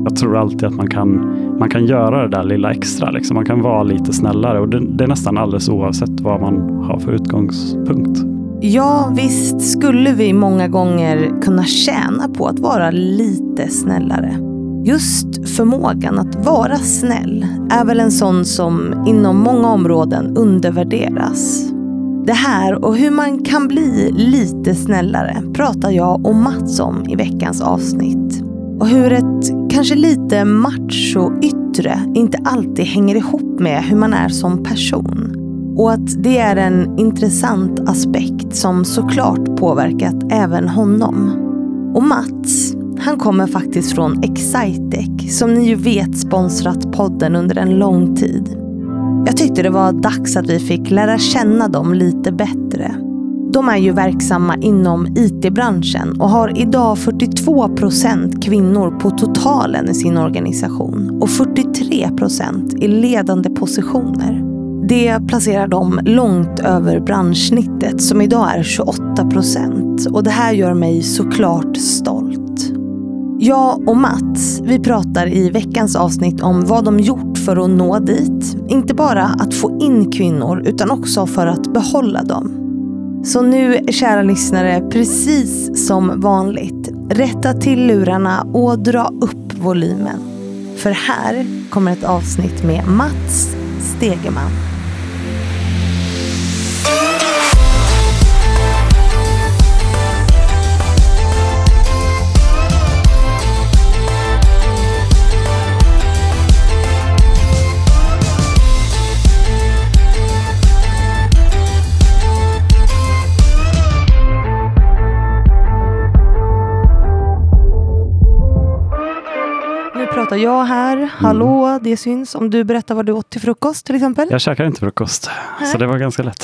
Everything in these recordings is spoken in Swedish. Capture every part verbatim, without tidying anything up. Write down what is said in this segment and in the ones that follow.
jag tror alltid att man kan, man kan göra det där lilla extra. Liksom. Man kan vara lite snällare. Och det, det är nästan alldeles oavsett vad man har för utgångspunkt. Ja, visst skulle vi många gånger kunna tjäna på att vara lite snällare. Just förmågan att vara snäll är väl en sån som inom många områden undervärderas. Det här och hur man kan bli lite snällare pratar jag och Mats om i veckans avsnitt. Och hur ett kanske lite macho yttre inte alltid hänger ihop med hur man är som person. Och att det är en intressant aspekt som såklart påverkat även honom. Och Mats, han kommer faktiskt från Excitec som ni ju vet sponsrat podden under en lång tid. Jag tyckte det var dags att vi fick lära känna dem lite bättre. De är ju verksamma inom I T-branschen och har idag fyrtiotvå procent kvinnor på totalen i sin organisation och fyrtiotre procent i ledande positioner. Det placerar dem långt över branschsnittet som idag är tjugoåtta procent och det här gör mig såklart stolt. Jag och Mats, vi pratar i veckans avsnitt om vad de gjort för att nå dit. Inte bara att få in kvinnor utan också för att behålla dem. Så nu, kära lyssnare, precis som vanligt, rätta till lurarna och dra upp volymen. För här kommer ett avsnitt med Mats Stegeman. Pratar jag här, hallå, mm. det syns. Om du berättar vad du åt till frukost till exempel. Jag käkar inte frukost, Nej. så det var ganska lätt.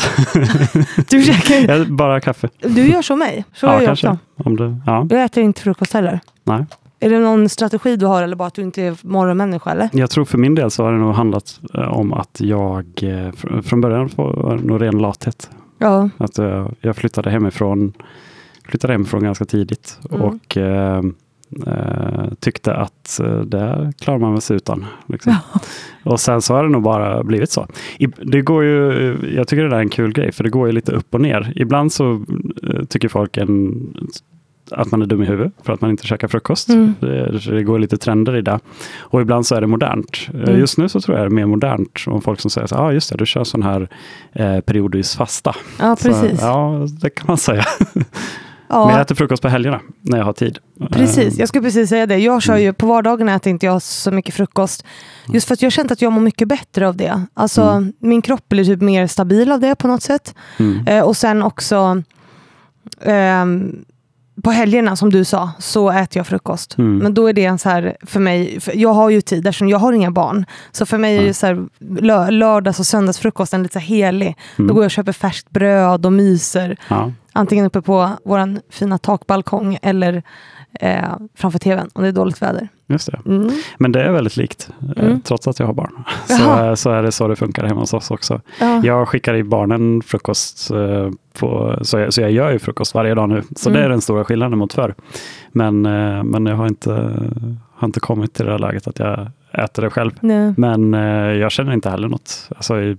Du käkar jag, bara kaffe. Du gör som mig, så ja, jag kanske. Också. Om du, ja. Jag äter inte frukost heller. Nej. Är det någon strategi du har eller bara att du inte är morgonmänniska eller? Jag tror för min del så har det nog handlat om att jag fr- från början var nog ren lathet. Ja. Att uh, jag flyttade hemifrån, flyttade hemifrån ganska tidigt mm. och uh, Uh, tyckte att uh, det klarar man väl sig utan liksom. Ja. Och sen så har det nog bara blivit så. I, det går ju, jag tycker det där är en kul grej för det går ju lite upp och ner. Ibland så uh, tycker folk en, att man är dum i huvudet för att man inte käkar frukost. Mm. Det, det går lite trender i det. Och ibland så är det modernt. Mm. Uh, just nu så tror jag det är mer modernt om folk som säger så ja ah, just det, du kör sån här uh, periodvis fasta. Ja, precis. Så, ja, det kan man säga. Ja. Men jag äter frukost på helgerna när jag har tid. Precis, jag skulle precis säga det. Jag kör ju på vardagen äter inte jag så mycket frukost. Just för att jag har känt att jag mår mycket bättre av det. Alltså mm. min kropp blir typ mer stabil av det på något sätt. Mm. Eh, och sen också eh, på helgerna som du sa så äter jag frukost. Mm. Men då är det en så här för mig, för jag har ju tid eftersom jag har inga barn. Så för mig är ju så här lör, lördags- och söndagsfrukosten lite så här helig. Mm. Då går jag och köper färskt bröd och myser. Ja. Antingen uppe på våran fina takbalkong eller eh, framför tvn om det är dåligt väder. Just det. Mm. Men det är väldigt likt, mm. eh, trots att jag har barn. Så, så är det så det funkar hemma hos oss också. Jaha. Jag skickar i barnen frukost, eh, på, så, jag, så jag gör ju frukost varje dag nu. Så mm. det är den stora skillnaden mot förr. Men, eh, men jag har inte, har inte kommit till det här läget att jag äter det själv. Nej. Men eh, jag känner inte heller något. Alltså, eh,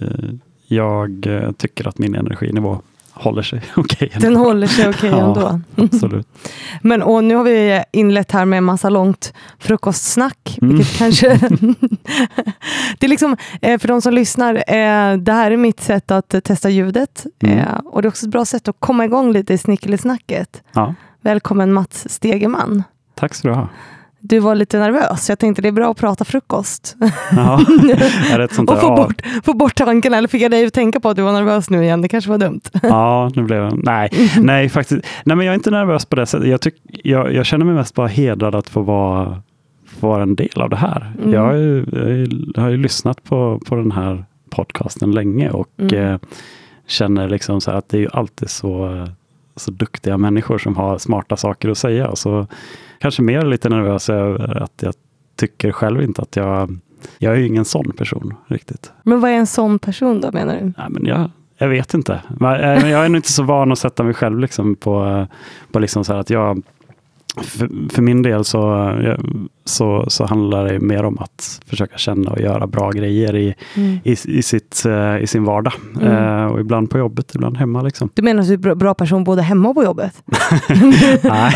jag tycker att min energinivå håller sig okej. Okay. Den håller sig okej okay ja, ändå. Absolut. Men och nu har vi inlett här med en massa långt frukostsnack. Mm. Vilket kanske... det är liksom, för de som lyssnar, det här är mitt sätt att testa ljudet. Mm. Och det är också ett bra sätt att komma igång lite i snickelisnacket. Ja. Välkommen Mats Stegeman. Tack så du ha. Du var lite nervös. Jag tänkte det är bra att prata frukost. Ja, är det ett sånt där, och få bort, få bort tanken. Eller fick jag dig att tänka på att du var nervös nu igen? Det kanske var dumt. Ja, nu blev jag... Nej, nej faktiskt. Nej, men jag är inte nervös på det sättet. Jag, tyck, jag, jag känner mig mest bara hedrad att få vara, få vara en del av det här. Mm. Jag, har ju, jag har ju lyssnat på, på den här podcasten länge och mm. eh, känner liksom så här att det är ju alltid så, så duktiga människor som har smarta saker att säga. Och så kanske mer lite nervös över att jag tycker själv inte att jag... Jag är ju ingen sån person riktigt. Men vad är en sån person då, menar du? Nej, men jag, jag vet inte. Jag är nog inte så van att sätta mig själv liksom på, på liksom så här att jag... för, för min del så, så, så handlar det mer om att försöka känna och göra bra grejer i, mm. i, i, sitt, i sin vardag. Mm. Eh, och ibland på jobbet, ibland hemma. Liksom. Du menar att du är en bra person både hemma och på jobbet? Nej.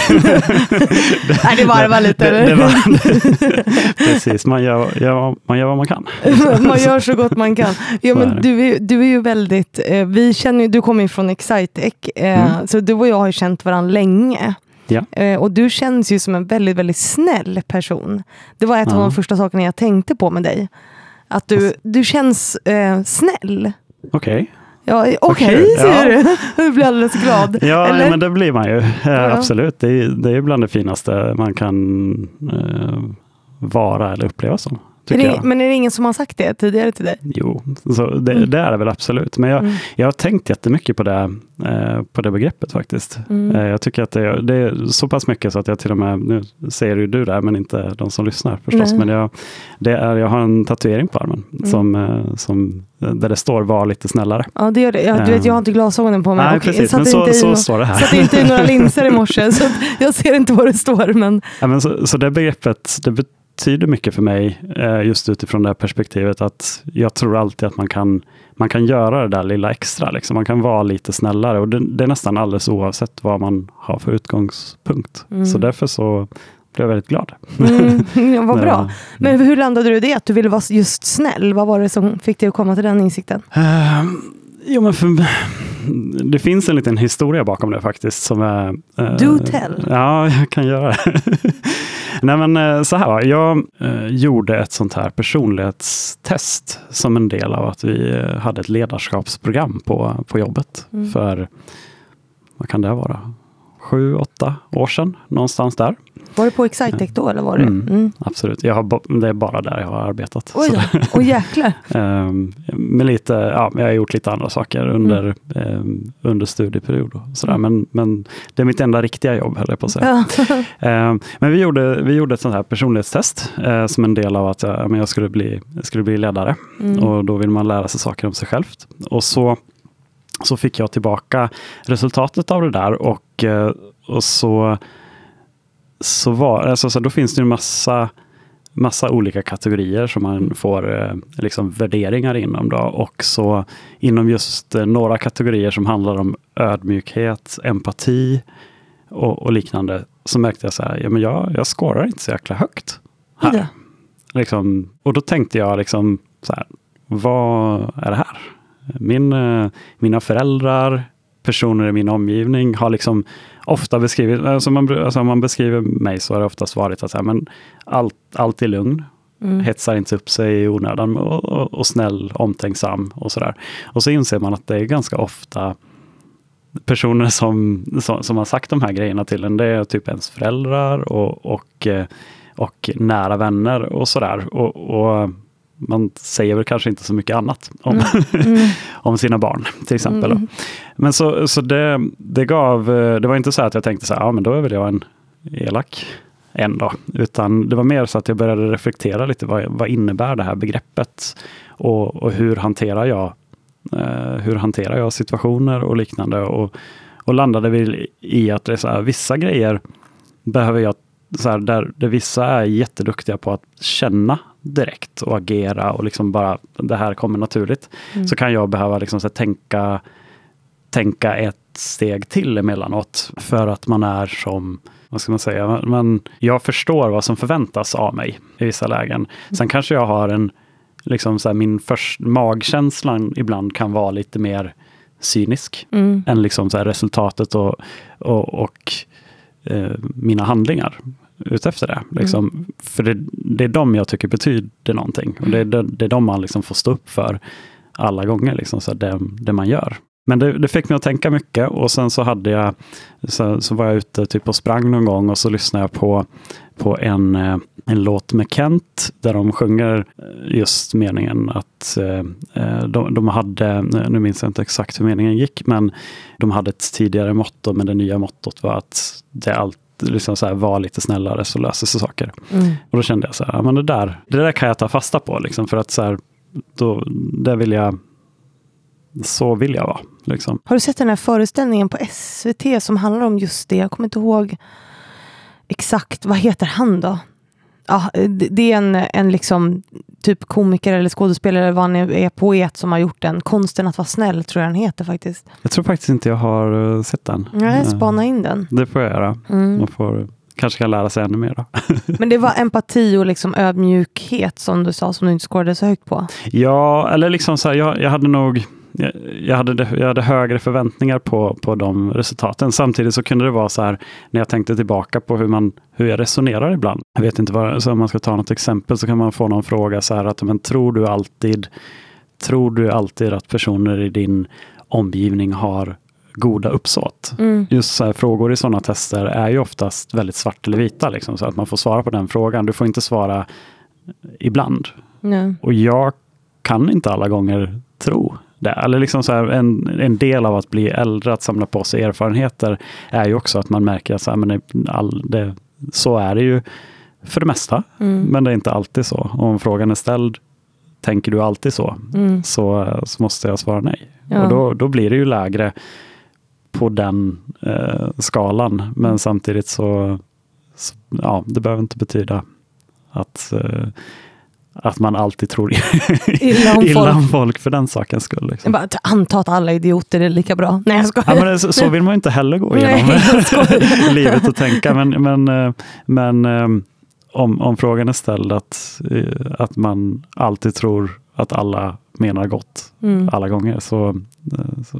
det, Nej, det var bara lite. Det, det var, precis, man gör, gör, man gör vad man kan. Man gör så gott man kan. Ja, men du, är, du är ju väldigt, eh, vi känner ju, du kommer ju från Excitec, eh, mm. så du och jag har ju känt varandra länge. Ja. Eh, och du känns ju som en väldigt, väldigt snäll person. Det var ett ja. av de första sakerna jag tänkte på med dig. Att du, du känns eh, snäll. Okej. Okay. Ja, okej, okay, ser ja. du? Du blir alldeles glad. Ja, Eller? men det blir man ju. Ja, ja. Absolut. Det är, det är bland det finaste man kan eh, vara eller uppleva som. Är det, men är det ingen som har sagt det tidigare till dig? Jo, så det, mm. det är det väl absolut. Men jag, mm. jag har tänkt jättemycket på det, eh, på det begreppet faktiskt. Mm. Eh, jag tycker att det, det är så pass mycket så att jag till och med, nu säger ju du där men inte de som lyssnar förstås. Nej. Men jag, det är, jag har en tatuering på armen mm. som, eh, som, där det står var lite snällare. Ja, det gör det. Jag, du vet, jag har inte glasögonen på mig. Nej, och precis. Men så, så no- står det här. Så att det inte är några linser i morse. Så jag ser inte vad det står. Men... Ja, men så, så det begreppet, det betyder betyder mycket för mig just utifrån det här perspektivet att jag tror alltid att man kan, man kan göra det där lilla extra. Liksom. Man kan vara lite snällare och det, det är nästan alldeles oavsett vad man har för utgångspunkt. Mm. Så därför så blev jag väldigt glad. Mm, ja, vad bra. Men hur landade du i det? Att du ville vara just snäll? Vad var det som fick dig att komma till den insikten? Uh, jo, men för, det finns en liten historia bakom det faktiskt. Som är, uh, Do tell. Ja, jag kan göra det. Nej, men så här, jag eh, gjorde ett sånt här personlighetstest som en del av att vi hade ett ledarskapsprogram på, på jobbet mm. för, vad kan det vara, sju, åtta år sedan, någonstans där. Var det på Excitec då eller var det? Mm, mm. Absolut, jag har, det är bara där jag har arbetat. Oj då, och jäklar. um, med lite, ja, jag har gjort lite andra saker under, mm. um, under studieperiod och sådär, mm. men, men det är mitt enda riktiga jobb, höll jag på att säga. um, men vi gjorde, vi gjorde ett sånt här personlighetstest uh, som en del av att uh, men jag skulle bli, skulle bli ledare mm. och då vill man lära sig saker om sig självt. Och så så fick jag tillbaka resultatet av det där och, uh, och så Så, var, alltså, så då finns det en massa, massa olika kategorier som man får eh, liksom värderingar inom. Då. Och så inom just eh, några kategorier som handlar om ödmjukhet, empati och, och liknande, så märkte jag så här, ja, men jag, jag skårar inte så jäkla högt här. Ja. Liksom, och då tänkte jag liksom så här, vad är det här? Min, eh, mina föräldrar, personer i min omgivning har liksom ofta beskrivit, alltså man, alltså om man beskriver mig så har det oftast varit att så här, men allt, allt är lugn, mm. hetsar inte upp sig i onödan och, och, och snäll, omtänksam och sådär. Och så inser man att det är ganska ofta personer som, som, som har sagt de här grejerna till en. Det är typ ens föräldrar och, och, och nära vänner och sådär. Och, och man säger väl kanske inte så mycket annat om, mm. Mm. om sina barn till exempel. Mm. Men så, så det, det gav, det var inte så att jag tänkte så här, ja men då är väl jag en elak en då. Utan det var mer så att jag började reflektera lite, vad, vad innebär det här begreppet och, och hur hanterar jag eh, hur hanterar jag situationer och liknande och, och landade vi i att det är så här, vissa grejer behöver jag så här, där, där vissa är jätteduktiga på att känna direkt och agera och liksom bara det här kommer naturligt. Mm. Så kan jag behöva liksom så här, tänka, tänka ett steg till emellanåt för att man är som, vad ska man säga, man, jag förstår vad som förväntas av mig i vissa lägen. Sen kanske jag har en, liksom så här, min först, magkänslan ibland kan vara lite mer cynisk mm. än liksom så här resultatet och, och, och eh, mina handlingar utefter det. Liksom. Mm. För det, det är de jag tycker betyder någonting. Och det är, det, det är de man liksom får stå upp för alla gånger. Liksom, så det, det man gör. Men det, det fick mig att tänka mycket. Och sen så hade jag så, så var jag ute typ och sprang någon gång. Och så lyssnade jag på, på en, en låt med Kent. Där de sjunger just meningen att eh, de, de hade, nu minns jag inte exakt hur meningen gick. Men de hade ett tidigare motto. Men det nya mottot var att det allt liksom så här, var lite snällare så löser sig saker. Mm. Och då kände jag så här, ja, men det där, det där kan jag ta fasta på liksom, för att så här, då, där vill jag så vill jag vara. Liksom. Har du sett den här föreställningen på S V T som handlar om just det? Jag kommer inte ihåg exakt, vad heter han då? Ja, det, det är en, en liksom typ komiker eller skådespelare eller vad han är, är poet som har gjort den. Konsten att vara snäll tror jag den heter faktiskt. Jag tror faktiskt inte jag har uh, sett den. Nej, spana in den. Det får jag göra. Mm. Man får, kanske kan lära sig ännu mer då. Men det var empati och liksom ödmjukhet som du sa som du inte skårade så högt på. Ja, eller liksom så här, jag, jag hade nog jag, jag, hade, jag hade högre förväntningar på, på de resultaten. Samtidigt så kunde det vara så här, när jag tänkte tillbaka på hur, man, hur jag resonerar ibland. Jag vet inte vad, så om man ska ta något exempel så kan man få någon fråga så här att, men tror du alltid tror du alltid att personer i din omgivning har goda uppsåt? Mm. Just så här, frågor i sådana tester är ju oftast väldigt svart eller vita liksom, så att man får svara på den frågan. Du får inte svara ibland. Nej. Och jag kan inte alla gånger tro det. Eller liksom så här, en, en del av att bli äldre, att samla på sig erfarenheter är ju också att man märker att så, här, men all, det, så är det ju för det mesta. Mm. Men det är inte alltid så. Om frågan är ställd, tänker du alltid så? Mm. Så, så måste jag svara nej. Ja. Och då, då blir det ju lägre på den eh, skalan. Men samtidigt så, så ja, det behöver inte betyda att eh, att man alltid tror illa om, illa om folk för den sakens skull. Liksom. Jag bara anta att alla idioter är lika bra. Nej, jag skojar. Ja, men så, så vill man inte heller gå igenom Nej, livet och tänka. Men, men, men om, om frågan är ställd att, att man alltid tror att alla menar gott mm. alla gånger så, så,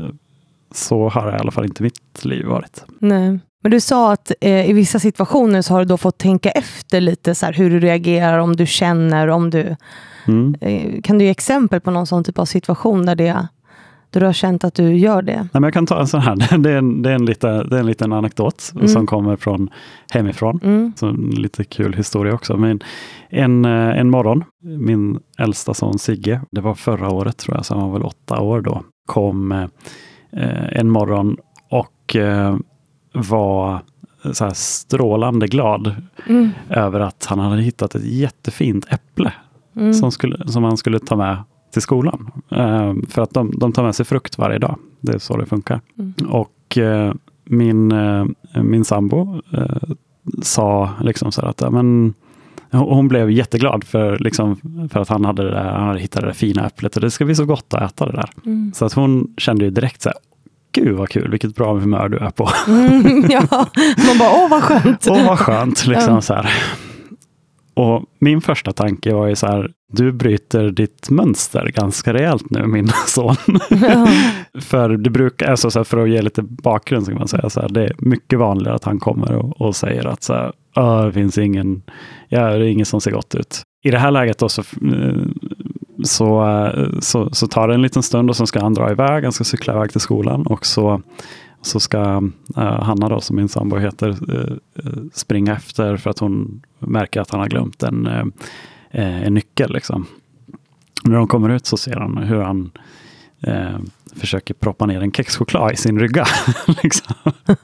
så har det i alla fall inte mitt liv varit. Nej. Men du sa att eh, i vissa situationer så har du då fått tänka efter lite så här, hur du reagerar, om du känner, om du... Mm. Eh, kan du ge exempel på någon sån typ av situation där, det, där du har känt att du gör det? Nej, men jag kan ta en sån här. Det är en, det är en, lite, det är en liten anekdot mm. som kommer från hemifrån. Mm. Så en lite kul historia också. Men en, en morgon, min äldsta son Sigge, det var förra året tror jag, så han var väl åtta år då, kom eh, en morgon och... Eh, var så här strålande glad mm. över att han hade hittat ett jättefint äpple mm. som, skulle, som han skulle ta med till skolan. Uh, för att de, de tar med sig frukt varje dag. Det är så det funkar. Mm. Och uh, min, uh, min sambo uh, sa liksom så här att ja, men, hon blev jätteglad för, liksom, för att han hade, det där, han hade hittat det där fina äpplet och det ska bli så gott att äta det där. Mm. Så att hon kände ju direkt så här, gud vad kul, vilket bra humör du är på. Mm, ja, man bara, åh vad skönt. Åh vad skönt, liksom ja. Så här. Och min första tanke var ju så här, du bryter ditt mönster ganska rejält nu, min son. Ja. För det brukar, alltså så här, för att ge lite bakgrund så kan man säga så här, det är mycket vanligare att han kommer och, och säger att så här, det finns ingen, ja, det är ingen som ser gott ut. I det här läget då så Så, så, så tar det en liten stund och så ska han dra iväg, han ska cykla iväg till skolan och så, så ska uh, Hanna då, som min sambo heter, uh, springa efter för att hon märker att han har glömt en, uh, en nyckel liksom. När de kommer ut så ser han hur han uh, försöker proppa ner en kexchoklad i sin rygga liksom.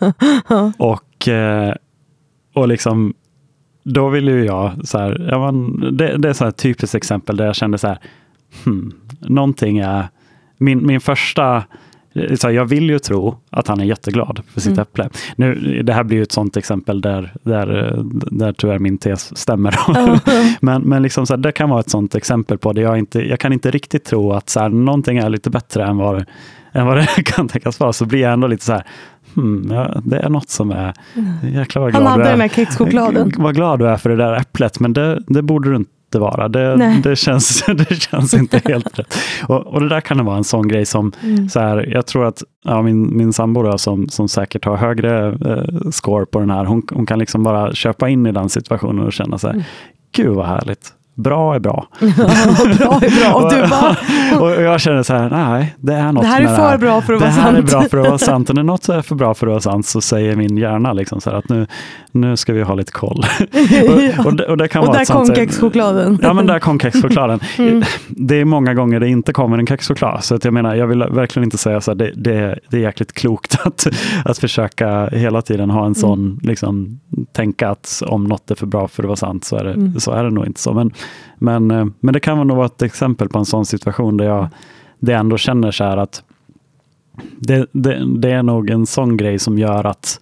och, uh, och liksom då vill ju jag så här, ja, man, det, det är så här typiskt exempel där jag kände så här, hmm, någonting är, min, min första, så här, jag vill ju tro att han är jätteglad för sitt mm. äpple. Nu, det här blir ju ett sånt exempel där, där, där tyvärr min tes stämmer. Mm. men men liksom så här, det kan vara ett sånt exempel på det jag inte, jag kan inte riktigt tro att så här, någonting är lite bättre än vad, än vad det kan tänkas vara, så blir jag ändå lite så här, Hmm, ja, det är något som är jäkla vad glad. Han hade den här kexchokladen. Vad glad du är för det där äpplet, men det, det borde du inte vara. Det, det, känns, det känns inte helt rätt. Och, och det där kan vara en sån grej som mm. så här, jag tror att ja, min, min sambo då, som, som säkert har högre eh, score på den här, hon, hon kan liksom bara köpa in i den situationen och känna så här, mm. gud vad härligt. Bra är bra. Ja, bra är bra. Och, du bara... och jag känner så här, nej, det är något det här är för här. bra för att det vara sant. Det här är bra för att vara sant. Och när något är för bra för att vara sant så säger min hjärna liksom så här att nu, nu ska vi ha lite koll. och, och, det, och, det kan och vara där kom kexchokladen. Ja, men där kom kexchokladen. mm. Det är många gånger det inte kommer en kexchoklad. Så att jag menar, jag vill verkligen inte säga så här, det, det, det är jäkligt klokt att, att försöka hela tiden ha en sån, mm. liksom, tänka att om något är för bra för att vara sant så är det, mm. så är det nog inte så. Men Men, men det kan nog vara ett exempel på en sån situation där jag det ändå känner så här att det, det, det är nog en sån grej som gör att,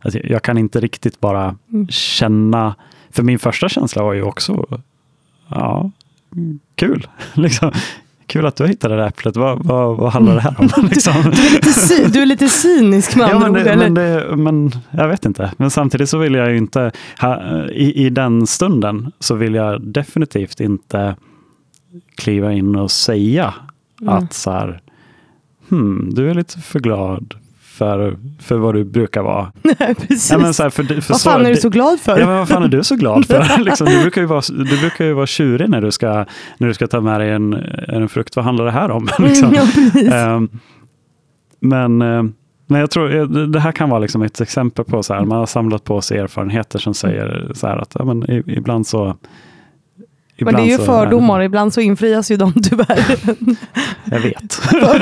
att jag, jag kan inte riktigt bara mm. känna, för min första känsla var ju också ja, kul liksom. Kul att du hittade det där äpplet. Vad, vad, vad handlar det här om? Liksom. Du, är lite sy- du är lite cynisk med ja, andra men, ord, det, eller? men, det, men jag vet inte. Men samtidigt så vill jag ju inte ha, i, i den stunden så vill jag definitivt inte kliva in och säga mm. att så här, hmm, du är lite för glad för, för vad du brukar vara. Nej, precis. Ja, men så här, för, för vad fan så, är du så glad för? Ja, men vad fan är du så glad för? liksom, du, brukar ju vara, du brukar ju vara tjurig när du ska, när du ska ta med dig en, en frukt. Vad handlar det här om? liksom. Ja, um, men, uh, men jag tror det här kan vara liksom ett exempel på så här, man har samlat på sig erfarenheter som säger så här att ja, men, ibland så Ibland men det är ju fördomar, är, ibland så infrias ju de tyvärr. Jag vet.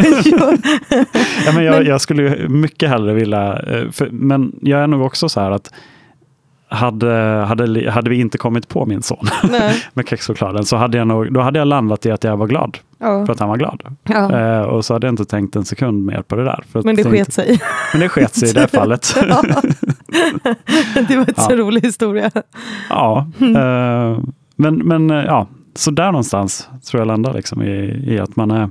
ja, men jag, jag skulle ju mycket hellre vilja, för, men jag är nog också så här att hade, hade, hade vi inte kommit på min son med kexchokladen så hade jag nog, då hade jag landat i att jag var glad ja. för att han var glad. Ja. Eh, och så hade jag inte tänkt en sekund mer på det där. För men det tänkte, sket sig. Men det sket sig i det här fallet. Ja. Det var en ja. så rolig historia. Ja, eh, Men, men ja, så där någonstans tror jag landar liksom i, i att man är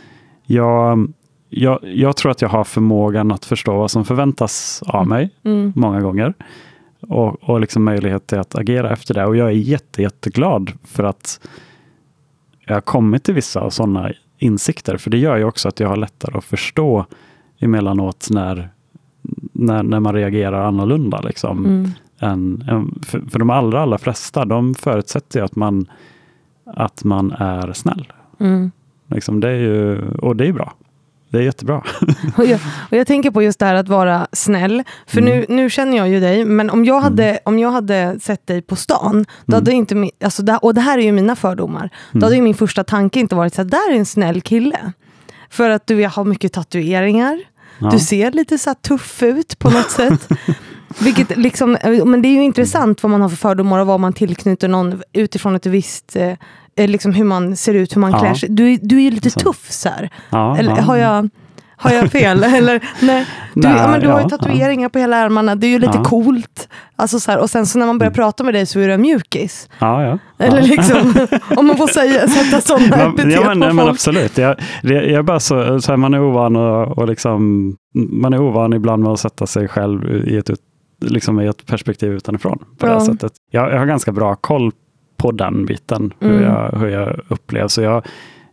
jag, jag, jag tror att jag har förmågan att förstå vad som förväntas av mig mm. många gånger och, och liksom möjlighet till att agera efter det, och jag är jätte, jätteglad för att jag har kommit till vissa sådana insikter, för det gör ju också att jag har lättare att förstå emellanåt när, när, när man reagerar annorlunda liksom. Mm. En, en, för, för de allra, allra flesta, de förutsätter att man att man är snäll. Mm. Liksom, det är ju, och det är bra. Det är jättebra. och, jag, och jag tänker på just det här att vara snäll. För mm. nu, nu känner jag ju dig, men om jag hade, mm. om jag hade sett dig på stan, då mm. hade inte, alltså det, och det här är ju mina fördomar, mm. då hade ju min första tanke inte varit så här, där är en snäll kille. För att du har mycket tatueringar. Ja. Du ser lite så här tuff ut på något sätt. Vilket liksom, men det är ju intressant vad man har för fördomar och vad man tillknyter någon utifrån ett visst eh, liksom hur man ser ut, hur man ja. klär sig. Du, du är ju lite så. tuff så här. Ja, Eller ja. har jag har jag fel? Eller nej, du, nej, ja, men du ja, har ju tatueringar ja. på hela ärmarna. Det är ju lite ja. coolt. Alltså så här, och sen så när man börjar prata med dig så är det mjukis. Ja, ja. Eller ja. liksom, om man får säga, sätta sådana epitet ja, men, på folk. Men absolut. Jag, jag är bara så, så här, man är ovan och, och liksom, man är ovan ibland med att sätta sig själv i ett, liksom i ett perspektiv utanifrån på ja. det här sättet. Jag, jag har ganska bra koll på den biten, hur, mm. jag, hur jag upplever. Så jag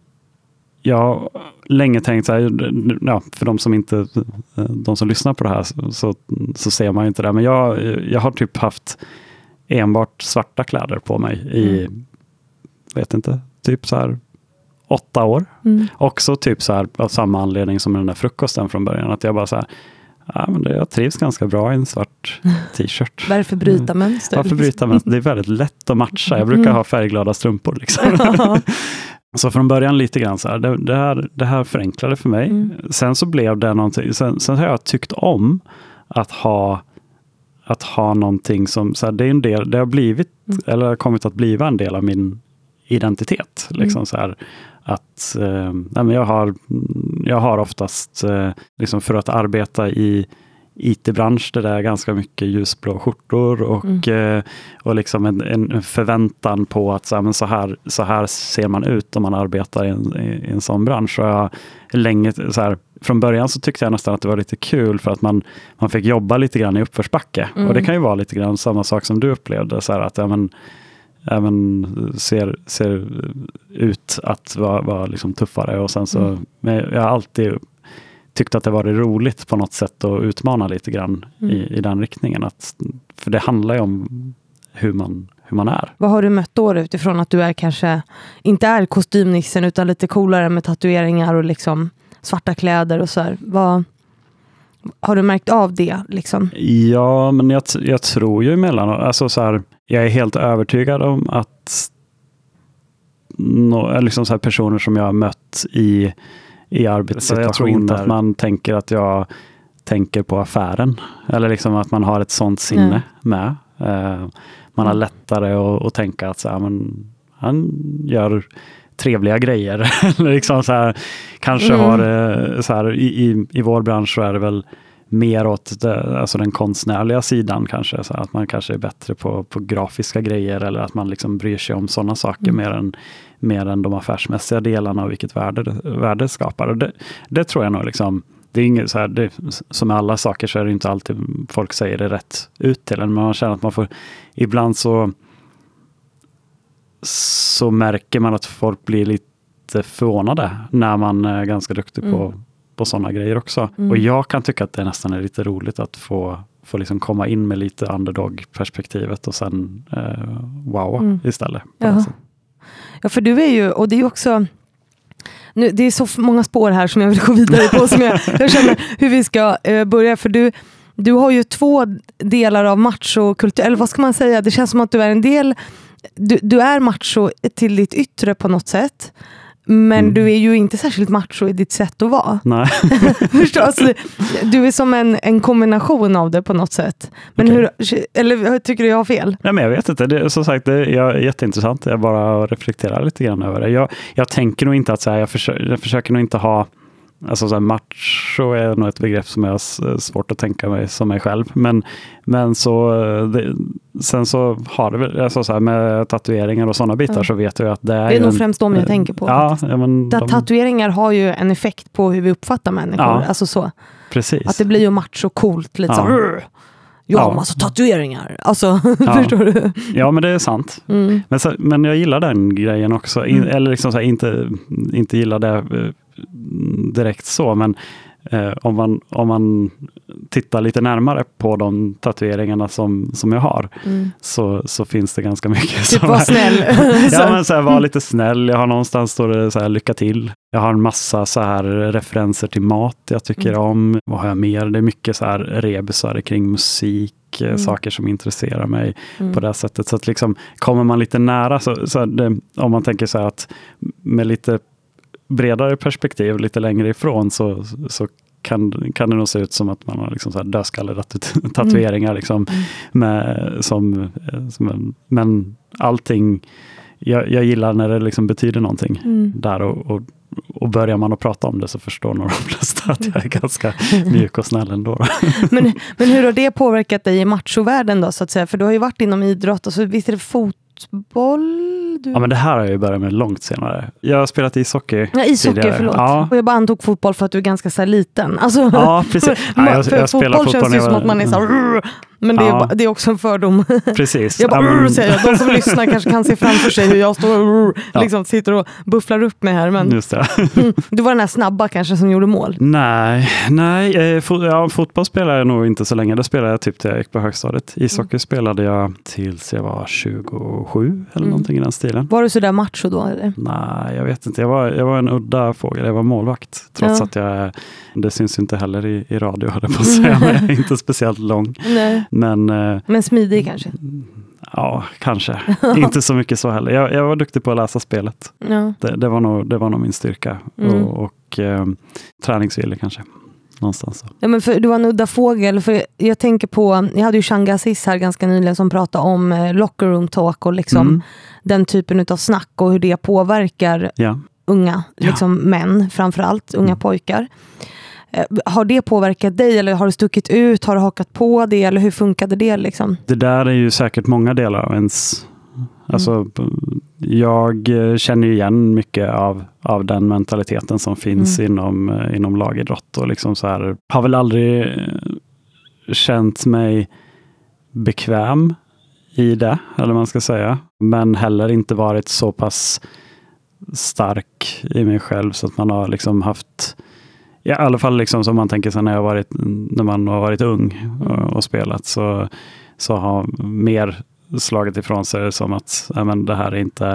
Jag har länge tänkt så här, ja, för de som inte de som lyssnar på det här så, så, så ser man ju inte det, men jag, jag har typ haft enbart svarta kläder på mig i mm. vet inte, typ så här åtta år. Mm. Också typ så här av samma anledning som den där frukosten från början, att jag bara så här, ja, men det, jag trivs ganska bra i en svart t-shirt. Varför bryta mönster? Varför bryta mönster? Det är väldigt lätt att matcha. Jag brukar mm. ha färgglada strumpor liksom. Ja. Så från början lite grann så här, det, det här, det här förenklade för mig. Mm. Sen så blev det någonting, sen, sen har jag tyckt om att ha att ha någonting som, så här, det är en del, det har blivit, mm. eller har kommit att bli en del av min identitet. Liksom mm. så här, att eh, nej, men jag har jag har oftast eh, liksom för att arbeta i I T-bransch där det är ganska mycket ljusblå skjortor och, mm. eh, och liksom en, en förväntan på att så här, men så, här, så här ser man ut om man arbetar i en, i, i en sån bransch. Och jag länge, så här, från början så tyckte jag nästan att det var lite kul för att man, man fick jobba lite grann i uppförsbacke. Mm. Och det kan ju vara lite grann samma sak som du upplevde. Så här, att ja, men, även ser, ser ut att vara, vara liksom tuffare. Och sen så, mm. men jag har alltid tyckte att det var roligt på något sätt att utmana lite grann mm. i, i den riktningen. Att, för det handlar ju om hur man, hur man är. Vad har du mött då utifrån att du är kanske inte är kostymnissen utan lite coolare med tatueringar och liksom svarta kläder och så här. Vad har du märkt av det liksom? Ja, men jag, jag tror ju emellanåt, alltså så här, jag är helt övertygad om att no, liksom så här personer som jag har mött i i arbetssituation, jag tror inte att man tänker att jag tänker på affären. Eller liksom att man har ett sånt sinne mm. med. Uh, man har lättare att, att tänka att så här, men, han gör trevliga grejer. Eller liksom så här, kanske mm. har så här, i, i, i vår bransch så är det väl mer åt det, alltså den konstnärliga sidan kanske. Så att man kanske är bättre på, på grafiska grejer eller att man liksom bryr sig om sådana saker mm. mer, än, mer än de affärsmässiga delarna av vilket värde, värde skapar. Och det, det tror jag nog liksom, det är inget så här, det, som med alla saker så är det inte alltid folk säger det rätt ut till en, men man känner att man får, ibland så så märker man att folk blir lite förvånade när man är ganska duktig mm. på på sådana grejer också. Mm. Och jag kan tycka att det nästan är lite roligt att få, få liksom komma in med lite underdog-perspektivet och sen eh, wow mm. istället. Ja. ja, för du är ju, och det är ju också nu, det är så många spår här som jag vill gå vidare på som jag, jag känner hur vi ska eh, börja, för du, du har ju två delar av machokultur, eller vad ska man säga, det känns som att du är en del, du, du är macho till ditt yttre på något sätt. Men mm. du är ju inte särskilt macho i ditt sätt att vara. Nej. Förstås, du är som en, en kombination av det på något sätt. Men okay. hur, eller tycker du jag har fel? Nej, men jag vet inte. Det, som sagt, det är jätteintressant. Jag bara reflekterar lite grann över det. Jag, jag tänker nog inte att så här, jag, försöker, jag försöker nog inte ha, alltså så här, macho är nog ett begrepp som jag har svårt att tänka mig som mig själv. Men, men så det, sen så har det väl, alltså så här, med tatueringar och sådana bitar ja. Så vet jag att det är Det är nog en, främst de jag tänker på. Ja, ja, men de, tatueringar har ju en effekt på hur vi uppfattar människor. Ja, alltså så. Precis. Att det blir ju macho coolt lite ja. Så. Jag har ja. massa tatueringar. Alltså, ja. förstår du? Ja, men det är sant. Mm. Men, så, men jag gillar den grejen också. In, mm. Eller liksom så här, inte, inte gillar det direkt så, men eh, om, man, om man tittar lite närmare på de tatueringarna som, som jag har mm. så, så finns det ganska mycket. Typ var snäll. Ja, men så här, var lite snäll. Jag har någonstans står det så här, lycka till. Jag har en massa så här referenser till mat jag tycker mm. om. Vad har jag mer? Det är mycket så här rebusar kring musik. Mm. Saker som intresserar mig mm. på det sättet. Så att liksom, kommer man lite nära så, så det, om man tänker så här att med lite bredare perspektiv, lite längre ifrån så, så kan, kan det nog se ut som att man har liksom så här dödskalle tatueringar mm. liksom, med, som, som, men allting jag, jag gillar när det liksom betyder någonting mm. där och, och, och börjar man att prata om det så förstår nog de flesta att jag är ganska mjuk och snäll ändå. men, men hur har det påverkat dig i machovärlden då så att säga? För du har ju varit inom idrott och så visst är det fotboll? Du... Ja, men det här har jag ju börjat med långt senare. Jag har spelat ishockey ja, ishockey, tidigare. Förlåt. Ja. Och jag bara antog fotboll för att du är ganska så här liten. Alltså, ja, precis. Ja, jag, för jag fotboll, fotboll känns ju som att man är så här, men det är, ja. det är också en fördom. Precis. Jag bara, um... säger jag. De som lyssnar kanske kan se framför sig hur jag står och ja. liksom sitter och bufflar upp mig här. Men just det. Du var den här snabba kanske som gjorde mål. Nej, nej. Fot- ja, fotboll spelade jag nog inte så länge. Det spelade jag typ till jag gick på högstadiet. Ishockey mm. spelade jag tills jag var tjugosju eller mm. någonting i den stilen. Var du så där macho då? Eller? Nej, jag vet inte. Jag var, jag var en udda fågel. Jag var målvakt. Trots ja. att jag, det syns inte heller i, i radio, hade jag på att säga. Men jag är inte speciellt lång. Nej. Men, Men smidig kanske? Ja, kanske. Inte så mycket så heller. Jag, jag var duktig på att läsa spelet. Ja. Det, det, var nog, det var nog min styrka. Mm. Och, och eh, träningsvilja kanske. Någonstans så. Ja, men för, du var en udda fågel. För jag tänker på, jag hade ju Shanga Aziz här ganska nyligen som pratade om eh, locker room talk och liksom mm. den typen av snack och hur det påverkar ja. unga liksom ja. män, framförallt unga mm. pojkar. Har det påverkat dig eller har du stuckit ut? Har du hakat på det eller hur funkade det liksom? Det där är ju säkert många delar av ens... Mm. Alltså, jag känner ju igen mycket av, av den mentaliteten som finns mm. inom, inom lagidrott och liksom så här, har väl aldrig känt mig bekväm i det, eller man ska säga. Men heller inte varit så pass stark i mig själv så att man har liksom haft... Ja, i alla fall liksom som man tänker sig när, jag varit, när man har varit ung och, och spelat så, så har mer slagit ifrån sig som att ja, men det här är inte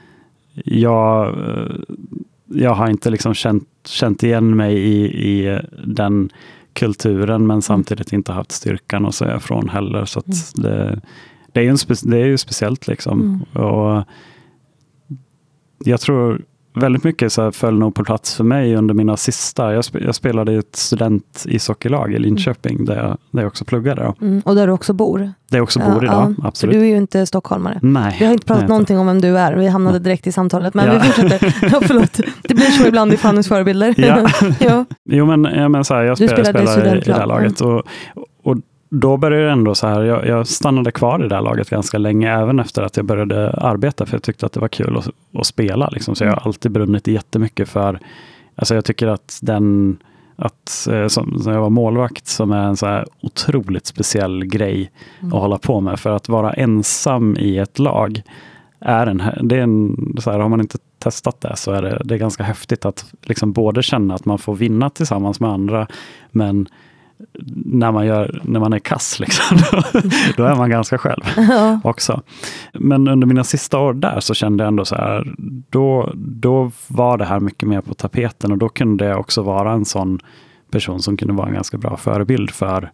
jag, jag har inte liksom känt, känt igen mig i, i den kulturen men samtidigt inte haft styrkan att säga ifrån heller så att det, det, är, ju en spe, det är ju speciellt liksom mm. och jag tror väldigt mycket så här föll nog på plats för mig under mina sista. Jag, sp- jag spelade i ett student-ishockeylag i Linköping mm. där, jag, där jag också pluggade. Då. Mm. Och där du också bor. Där jag också ja, bor idag, ja. Absolut. För du är ju inte stockholmare. Nej. Vi har inte pratat nej, någonting om vem du är. Vi hamnade direkt i samtalet. Men ja. vi fortsätter. Ja, förlåt. Det blir så ibland i Fannys förebilder. Ja. ja. Jo, men, ja, men så här, jag, spel, jag spelade i, i det här laget. Och, och då började det ändå så här, jag, jag stannade kvar i det här laget ganska länge, även efter att jag började arbeta, för jag tyckte att det var kul att, att spela. Liksom. Så jag har alltid brunnit jättemycket för, alltså jag tycker att den, att som, som jag var målvakt, som är en så här otroligt speciell grej mm. att hålla på med. För att vara ensam i ett lag, är en, det är en, så här, har man inte testat det så är det, det är ganska häftigt att liksom både känna att man får vinna tillsammans med andra, men när man, gör, när man är kass liksom, då, då är man ganska själv ja. också. Men under mina sista år där så kände jag ändå så här, då, då var det här mycket mer på tapeten, och då kunde jag också vara en sån person som kunde vara en ganska bra förebild för,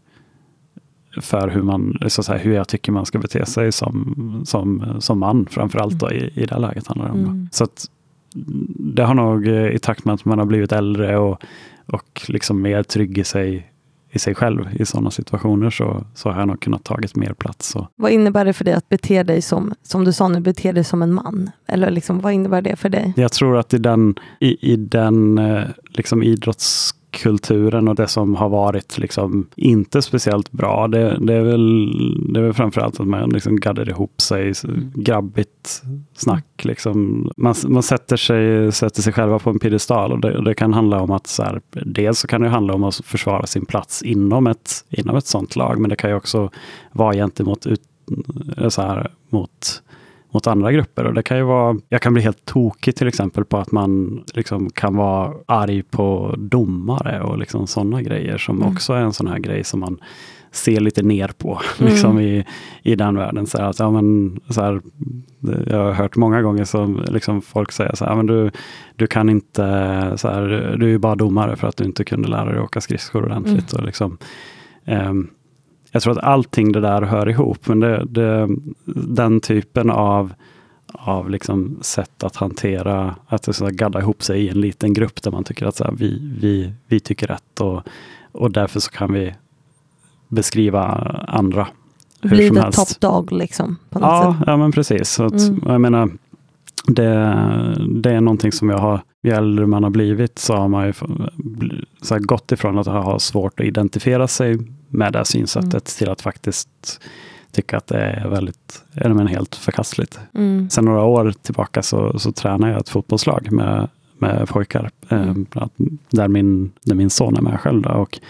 för hur, man, så att säga, hur jag tycker man ska bete sig som, som, som man, framförallt då, i, i det läget handlar det om. Mm. Så att det har nog i takt med att man har blivit äldre och, och liksom mer trygg i sig i sig själv i sådana situationer, så, så har jag nog kunnat tagit mer plats. Och. Vad innebär det för dig att bete dig som, som du sa nu, bete dig som en man? Eller liksom, vad innebär det för dig? Jag tror att i den, i, i den liksom idrottskulturen och det som har varit liksom inte speciellt bra, det, det är väl det är väl framförallt att man liksom gaddar ihop sig, grabbigt snack. Liksom. Man, man sätter, sig, sätter sig själva på en piedestal, och det, och det kan handla om att så här, dels så kan det handla om att försvara sin plats inom ett, inom ett sånt lag, men det kan ju också vara gentemot ut, så här, mot mot andra grupper, och det kan ju vara, jag kan bli helt tokig till exempel på att man liksom kan vara arg på domare och liksom sådana grejer som mm. också är en sån här grej som man ser lite ner på mm. liksom i, i den världen. Så att, ja, men, så här, jag har hört många gånger som liksom folk säger så här, men du, du kan inte, så här, du är ju bara domare för att du inte kunde lära dig åka skridskor ordentligt. Mm. Och liksom, um, jag tror att allting det där hör ihop, men det, det, den typen av, av liksom sätt att hantera, att så här, gadda ihop sig i en liten grupp där man tycker att så här, vi, vi, vi tycker rätt, och, och därför så kan vi beskriva andra hur blir som det helst. top dog liksom? På något ja, sätt. ja, men precis. Så att, mm. jag menar, det, det är någonting som jag har, ju äldre man har blivit så har man ju så här, gått ifrån att ha svårt att identifiera sig med det synsättet mm. till att faktiskt tycka att det är väldigt, är det helt förkastligt. Mm. Sen några år tillbaka så, så tränar jag ett fotbollslag med, med pojkar mm. eh, där, min, där min son är med själv då, och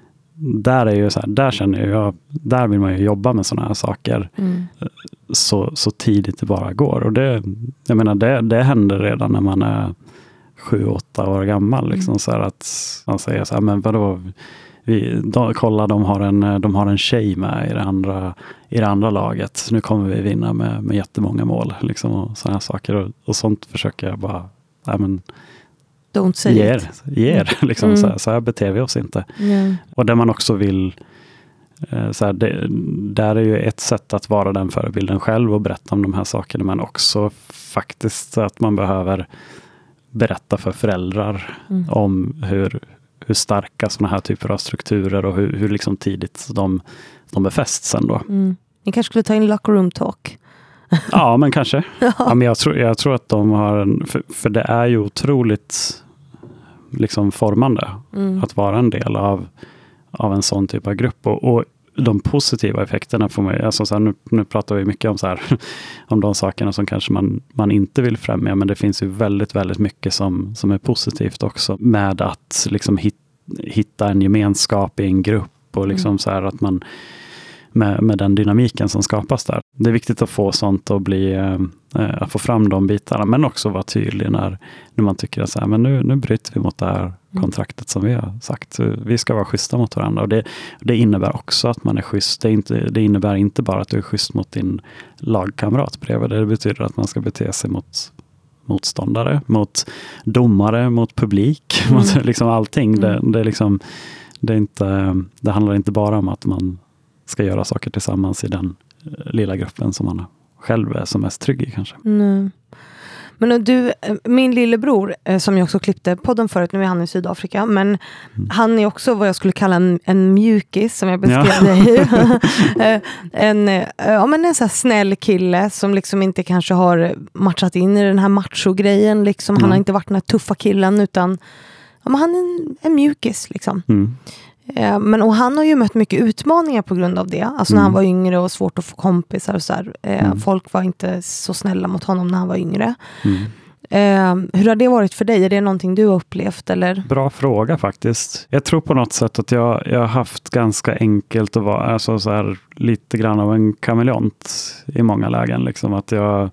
där är ju så här, där känner jag, där vill man ju jobba med sådana här saker mm. så, så tidigt det bara går, och det, jag menar det, det händer redan när man är sju, åtta år gammal liksom, mm. så här att man säger så här, men vadå, vi, de, kolla de har, en, de har en tjej med i det andra, i det andra laget, nu kommer vi vinna med, med jättemånga mål liksom, och sådana här saker, och, och sånt försöker jag bara, ja men don't say ger, it. ger liksom, mm. så, här, så här beter vi oss inte. Mm. Och där man också vill eh, så här, det, där är ju ett sätt att vara den förebilden själv och berätta om de här sakerna, men också faktiskt att man behöver berätta för föräldrar mm. om hur, hur starka såna här typer av strukturer och hur, hur liksom tidigt de, de befästs sen då. Mm. Ni kanske skulle ta in locker room talk. Ja, men kanske. Ja. Ja, men jag, tror, jag tror att de har en, för, för det är ju otroligt liksom formande mm. att vara en del av, av en sån typ av grupp, och, och de positiva effekterna får mig, alltså så här, nu, nu pratar vi mycket om så här, om de sakerna som kanske man, man inte vill främja, men det finns ju väldigt, väldigt mycket som, som är positivt också med att liksom hit, hitta en gemenskap i en grupp, och liksom mm. så här att man Med, med den dynamiken som skapas där. Det är viktigt att få sånt att bli, eh, att få fram de bitarna, men också vara tydlig när, när man tycker att så här, men nu, nu bryter vi mot det här kontraktet som vi har sagt. Vi ska vara schyssta mot varandra, och det, det innebär också att man är schysst. Det, är inte, det innebär inte bara att du är schysst mot din lagkamrat bredvid. Det betyder att man ska bete sig mot motståndare, mot domare, mot publik, mm. mot liksom allting. Mm. Det, det, är liksom, det, är inte, det handlar inte bara om att man ska göra saker tillsammans i den lilla gruppen som man själv är som mest trygg i kanske. Mm. Men du, min lillebror som jag också klippte podden förut, nu är han i Sydafrika, men mm. han är också vad jag skulle kalla en, en mjukis som jag beskrev dig. Ja. en, ja, men en så här snäll kille som liksom inte kanske har matchat in i den här macho-grejen. Liksom. Han mm. har inte varit den här tuffa killen utan ja, men han är en, en mjukis liksom. Mm. Men, och han har ju mött mycket utmaningar på grund av det. Alltså när mm. han var yngre och svårt att få kompisar och så här. Mm. Folk var inte så snälla mot honom när han var yngre. Mm. Eh, hur har det varit för dig? Är det någonting du har upplevt? Eller? Bra fråga faktiskt. Jag tror på något sätt att jag, jag har haft ganska enkelt att vara alltså så här, lite grann av en kameleont i många lägen. Liksom. Att jag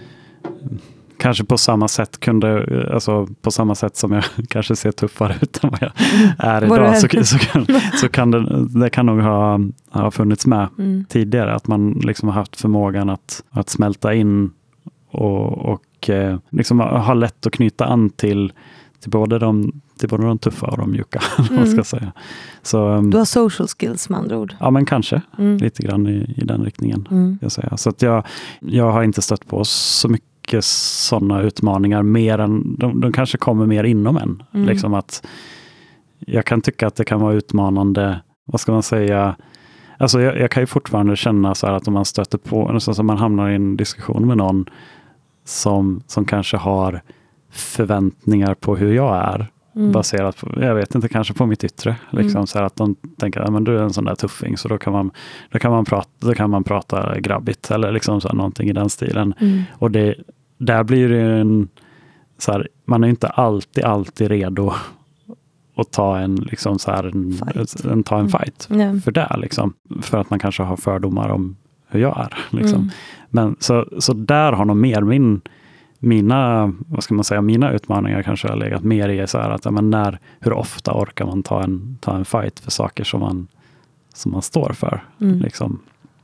kanske på samma sätt kunde, alltså på samma sätt som jag kanske ser tuffare ut än vad jag är idag, är? Så, så, kan, så kan det, det kan nog ha, ha funnits med mm. tidigare. Att man liksom har haft förmågan att, att smälta in och, och eh, liksom ha lätt att knyta an till, till, både de, till både de tuffa och de mjuka. Mm. Man ska säga. Så, du har social skills med andra ord. Ja, men kanske. Mm. Lite grann i, i den riktningen. Mm. Jag säga. Så att jag, jag har inte stött på så mycket sådana utmaningar mer än, de, de kanske kommer mer inom en. Mm. Liksom att jag kan tycka att det kan vara utmanande, vad ska man säga, alltså jag, jag kan ju fortfarande känna så här att om man stöter på, alltså man hamnar i en diskussion med någon som, som kanske har förväntningar på hur jag är, mm. baserat på, jag vet inte, kanske på mitt yttre. Liksom, mm. så här att de tänker att men du är en sån där tuffing, så då kan man, då kan man, prata, då kan man prata grabbigt eller liksom så här, någonting i den stilen. Mm. Och det, där blir det en, så här, man är inte alltid, alltid redo att ta en, liksom så här, en, fight. en, ta en fight mm. yeah. för det. Liksom, för att man kanske har fördomar om hur jag är. Liksom. Mm. Men så, så där har nog mer min Mina, vad ska man säga, mina utmaningar kanske har legat mer i så här att ja, men när, hur ofta orkar man ta en, ta en fight för saker som man, som man står för. Mm. Liksom.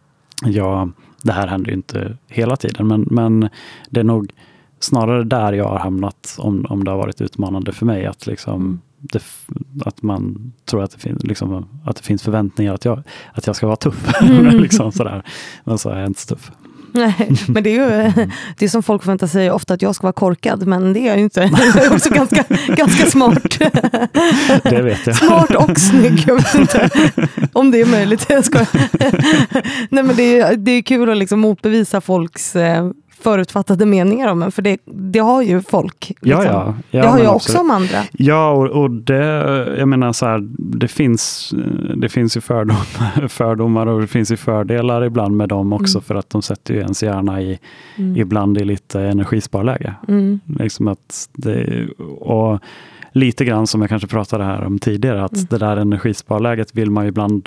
Ja, det här händer ju inte hela tiden, men, men det är nog snarare där jag har hamnat om, om det har varit utmanande för mig. Att, liksom, det, att man tror att det, fin, liksom, att det finns förväntningar att jag, att jag ska vara tuff. Mm. liksom sådär. Men så är jag inte så tuff. Nej, men det är ju det är som folk förväntar sig ofta att jag ska vara korkad, men det är jag ju inte. Jag är också ganska, ganska smart. Det vet jag. Smart och snygg, jag vet inte om det är möjligt. Jag ska. Nej, men det är, det är kul att liksom motbevisa folks eh, förutfattade meningar om en, för det, det har ju folk. Liksom. Ja, ja. ja, det har jag också också om andra. Ja, och, och det, jag menar så här, det finns, det finns ju fördom, fördomar och det finns ju fördelar ibland med dem också, mm. för att de sätter ju ens hjärna i, mm. ibland i lite energisparläge. Mm. Liksom att det, och lite grann som jag kanske pratade här om tidigare, att mm. det där energisparläget vill man ju ibland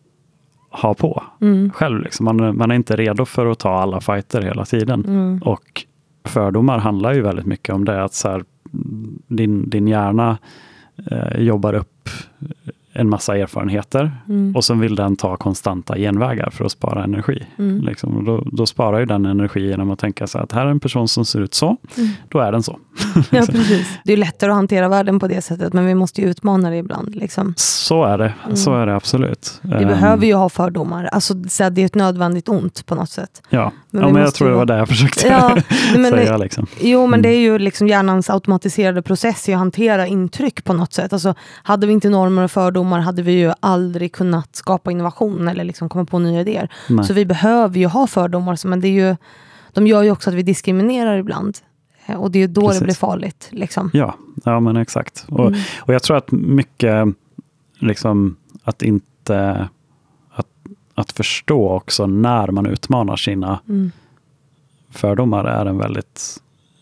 ha på mm. själv. Liksom. Man, man är inte redo för att ta alla fighter hela tiden. Mm. Och fördomar handlar ju väldigt mycket om det. Att så här, din, din hjärna eh, jobbar upp en massa erfarenheter mm. och så vill den ta konstanta genvägar för att spara energi. Mm. Liksom. Och då, då sparar ju den energi genom att tänka sig att här är en person som ser ut så, mm. då är den så. Ja, precis. Det är lättare att hantera världen på det sättet, men vi måste ju utmana det ibland. Liksom. Så är det, mm. så är det absolut. Vi um, behöver ju ha fördomar. Alltså, så det är ett nödvändigt ont på något sätt. Ja, men, ja, men jag tror det var det jag försökte ja, men säga. Liksom. Jo, men mm. det är ju liksom hjärnans automatiserade process i att hantera intryck på något sätt. Alltså, hade vi inte normer och fördomar hade vi ju aldrig kunnat skapa innovation eller liksom komma på nya idéer. Nej. Så vi behöver ju ha fördomar, men det är ju, de gör ju också att vi diskriminerar ibland. Och det är ju då Precis. Det blir farligt. Liksom. Ja, ja, men exakt. Och, mm. och jag tror att mycket liksom, att inte att, att förstå också när man utmanar sina mm. fördomar är en väldigt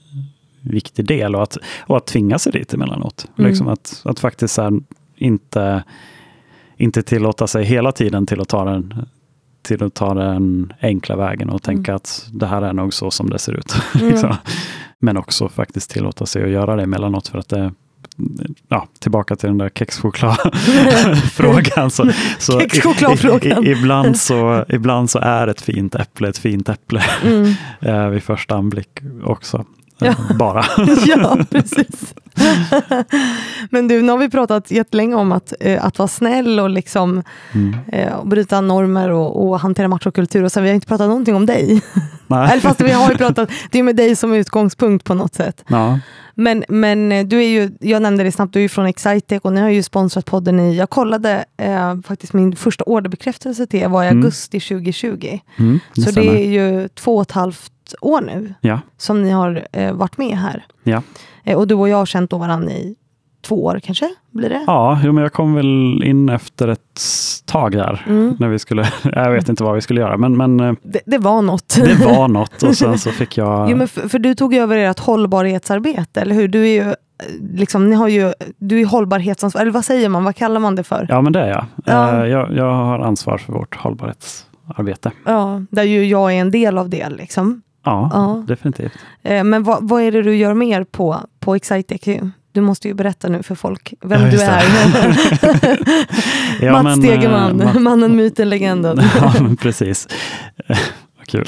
viktig del. Och att, och att tvinga sig dit emellanåt. Mm. Liksom att, att faktiskt här, inte inte tillåta sig hela tiden till att ta den, till att ta den enkla vägen och tänka mm. att det här är nog så som det ser ut. Mm. Men också faktiskt tillåta sig att göra det emellanåt, för att det, ja, tillbaka till den där kexchokladfrågan. så, så Kexchokladfrågan. I, i, ibland, så, ibland så är ett fint äpple ett fint äpple mm. vid första anblick också. Ja. Bara. Ja, precis. Men du, nu har vi pratat jättelänge om att, eh, att vara snäll och liksom mm. eh, bryta normer och, och hantera machokultur, och sen vi har inte pratat någonting om dig. Nej. Eller fast vi har ju pratat, det är med dig som utgångspunkt på något sätt. Ja. Men, men du är ju, jag nämnde det snabbt, du är ju från Excitec och ni har ju sponsrat podden i, jag kollade eh, faktiskt min första orderbekräftelse till er var i mm. augusti tjugohundratjugo. Mm, det så stämmer. det är ju två och ett halvt år nu ja. som ni har eh, varit med här. Ja. Eh, och du och jag har känt då varandra i två år kanske, blir det? Ja, jo, men jag kom väl in efter ett tag där. Mm. När vi skulle, jag vet inte vad vi skulle göra, men... men det, det var något. Det var något och sen så fick jag... Jo, men för, för du tog över ert hållbarhetsarbete, eller hur? Du är ju... Liksom, ni har ju, du är hållbarhetsansvar, eller vad säger man, vad kallar man det för? Ja, men det är jag. Ja. Jag, jag har ansvar för vårt hållbarhetsarbete. Ja, där ju jag är en del av det liksom. Ja, ja. definitivt. Men vad, vad är det du gör mer på, på Excitec? Du måste ju berätta nu för folk vem ja, du är. ja, Mats Stegeman, äh, mannen, myten, legenden. Ja, men precis. Vad kul.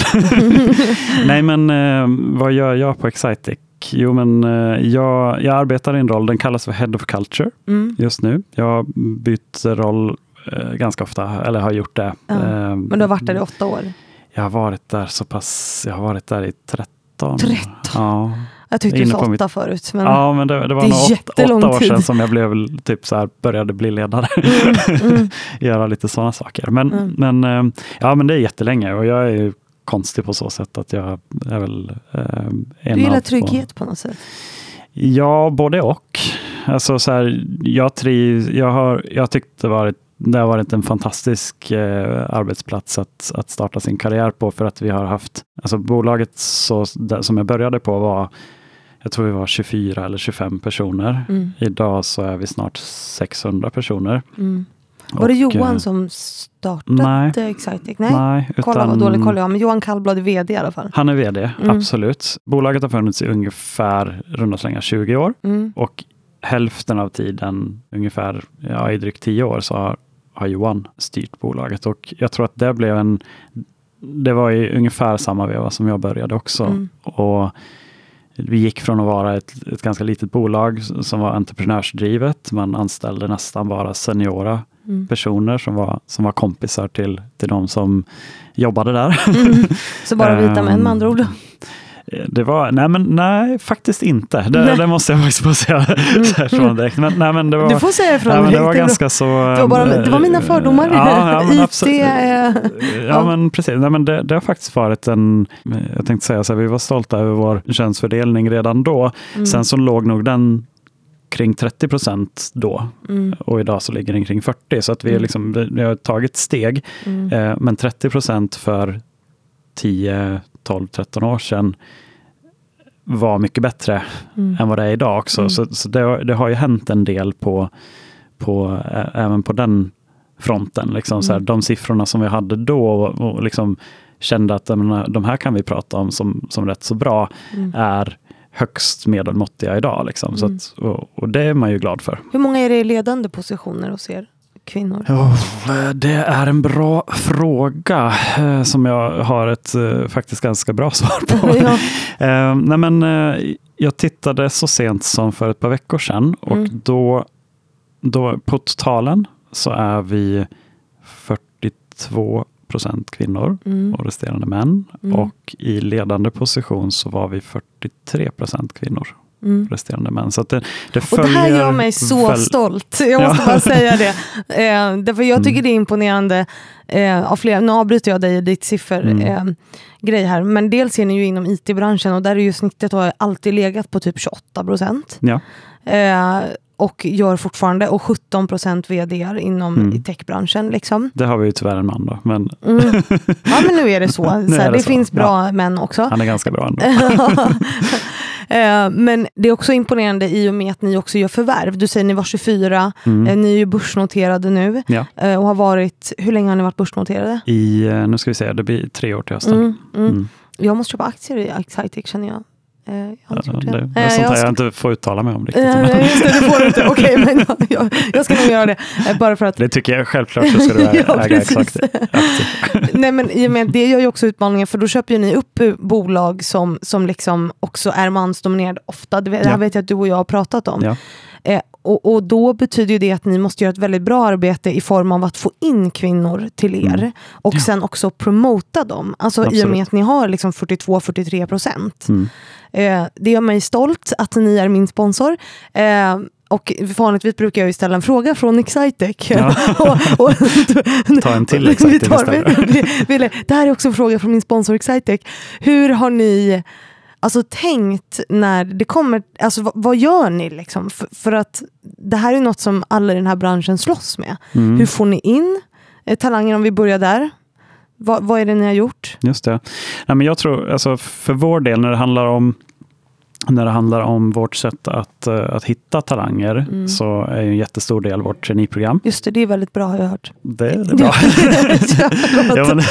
Nej, men äh, vad gör jag på Excitec? Jo, men äh, jag, jag arbetar i en roll, den kallas för Head of Culture mm. just nu. Jag byter roll äh, ganska ofta, eller har gjort det. Ja. Äh, men du har varit där i åtta år? Jag har varit där så pass, jag har varit där i tretton. tretton? Ja. Jag tyckte du sa åtta mitt... förut. Men ja, men det, det var det nog åtta, åtta år tid. sedan som jag blev typ så här, började bli ledare. Mm, mm. Göra lite sådana saker. Men, mm. men, ja, men det är jättelänge och jag är ju konstig på så sätt att jag är väl eh, en du gillar av trygghet två. På något sätt? Ja, både och. Alltså så här, jag triv, jag har jag tyckte det varit det har varit en fantastisk eh, arbetsplats att, att starta sin karriär på, för att vi har haft, alltså bolaget så, där, som jag började på var, jag tror vi var tjugofyra eller tjugofem personer. Mm. Idag så är vi snart sexhundra personer. Mm. Var det Johan eh, som startade nej, Excitec? Nej, nej utan, kolla vad dålig koll jag har. Men Johan Kallblad är vd i alla fall. Han är vd, mm. absolut. Bolaget har funnits i ungefär runda slänga tjugo år. Mm. Och hälften av tiden, ungefär ja, i drygt tio år, så har, har Johan styrt bolaget. Och jag tror att det blev en, det var i ungefär samma veva som jag började också. Mm. Och vi gick från att vara ett, ett ganska litet bolag som var entreprenörsdrivet. Man anställde nästan bara seniora mm. personer som var, som var kompisar till, till de som jobbade där. Mm. Så bara vita män med andra ord? Det var, nej men nej, faktiskt inte. Det, det måste jag faktiskt få säga från direkt. Men, nej, men det var, du får säga från nej, men direkt. det var ganska så... Det var, bara, det var mina fördomar. Ja, ja, men I absolut. T, ja, ja, men precis. Nej, men det, det har faktiskt varit en... Jag tänkte säga så här, vi var stolta över vår könsfördelning redan då. Mm. Sen så låg nog den kring trettio procent då. Mm. Och idag så ligger den kring fyrtio. Så att vi, mm. liksom, vi har tagit steg. Mm. Eh, men trettio procent för tio, tolv, tretton år sedan var mycket bättre mm. än vad det är idag också. Mm. Så, så det, det har ju hänt en del på, på ä, även på den fronten. Liksom, mm. så här, de siffrorna som vi hade då och, och liksom kände att de, de här kan vi prata om som, som rätt så bra mm. är högst medelmåttiga idag. Liksom. Så att, och, och det är man ju glad för. Hur många är det i ledande positioner hos er kvinnor? Oh, det är en bra fråga eh, som jag har ett eh, faktiskt ganska bra svar på. Ja. eh, nej men, eh, jag tittade så sent som för ett par veckor sedan och mm. då, då på totalen så är vi fyrtiotvå procent kvinnor mm. och resterande män. Mm. Och i ledande position så var vi fyrtiotre procent kvinnor. Mm. resterande män. Så att det, det, och det här gör mig så väl... stolt. Jag måste ja. bara säga det. Eh, därför jag tycker mm. det är imponerande eh, av flera. Nu avbryter jag dig i ditt siffror mm. eh, grej här. Men dels är ni ju inom I T-branschen och där är ju snittet har alltid legat på typ tjugoåtta procent. Ja. Eh, och gör fortfarande och sjutton procent vd:ar inom mm. techbranschen liksom. Det har vi ju tyvärr en man då. Men... Mm. Ja, men nu är det så. så, är här, det, det så. finns bra ja. män också. Han är ganska bra ändå. Men det är också imponerande i och med att ni också gör förvärv. Du säger ni var tjugofyra, mm. ni är ju börsnoterade nu ja. och har varit, hur länge har ni varit börsnoterade? I, nu ska vi säga, det blir tre år till hösten. Mm, mm. Mm. Jag måste köpa aktier i Excitec känner jag. Eh, jag har inte gjort det. Det, det är eh, sånt jag, här ska... jag inte får uttala mig om riktigt. Eh, just det, det får du inte. Okej, okay, men jag, jag, jag ska nog göra det. Eh, bara för att... Det tycker jag självklart, så ska du äga, ja, äga exakt. Nej, men i och med det gör ju också utmaningen, för då köper ju ni upp bolag som, som liksom också är mansdominerade ofta. Det, det här ja. vet jag att du och jag har pratat om. Ja. Eh, och, och då betyder ju det att ni måste göra ett väldigt bra arbete i form av att få in kvinnor till er. Mm. Och ja. sen också promota dem. Alltså Absolut. i och med att ni har liksom fyrtiotvå till fyrtiotre procent. Mm. Eh, det gör mig stolt att ni är min sponsor. Eh, och vanligtvis brukar jag ju ställa en fråga från Excitec. Ja. och, och, Ta en till Excitec istället. Det här är också en fråga från min sponsor Excitec. Hur har ni... Alltså tänkt när det kommer, alltså vad, vad gör ni liksom? För, för att det här är något som alla i den här branschen slåss med. Mm. Hur får ni in eh, talanger, om vi börjar där? Va, vad är det ni har gjort? Just det. Nej, men jag tror, alltså för vår del, när det handlar om när det handlar om vårt sätt att, att hitta talanger mm. så är ju en jättestor del vårt traineeprogram. Just det, det är väldigt bra, har jag hört. Det, det är bra. ja, men,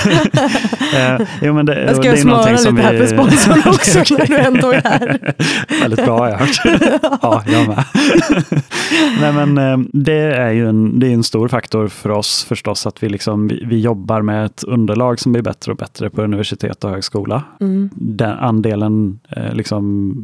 äh, jo, men det, jag ska det jag är smöra lite vi... här för sponsorn också okay. när du ändå är här. Väldigt bra, har jag hört. Ja, jag med. Nej, men det är ju en, det är en stor faktor för oss förstås, att vi, liksom, vi, vi jobbar med ett underlag som blir bättre och bättre på universitet och högskola. Mm. Den andelen liksom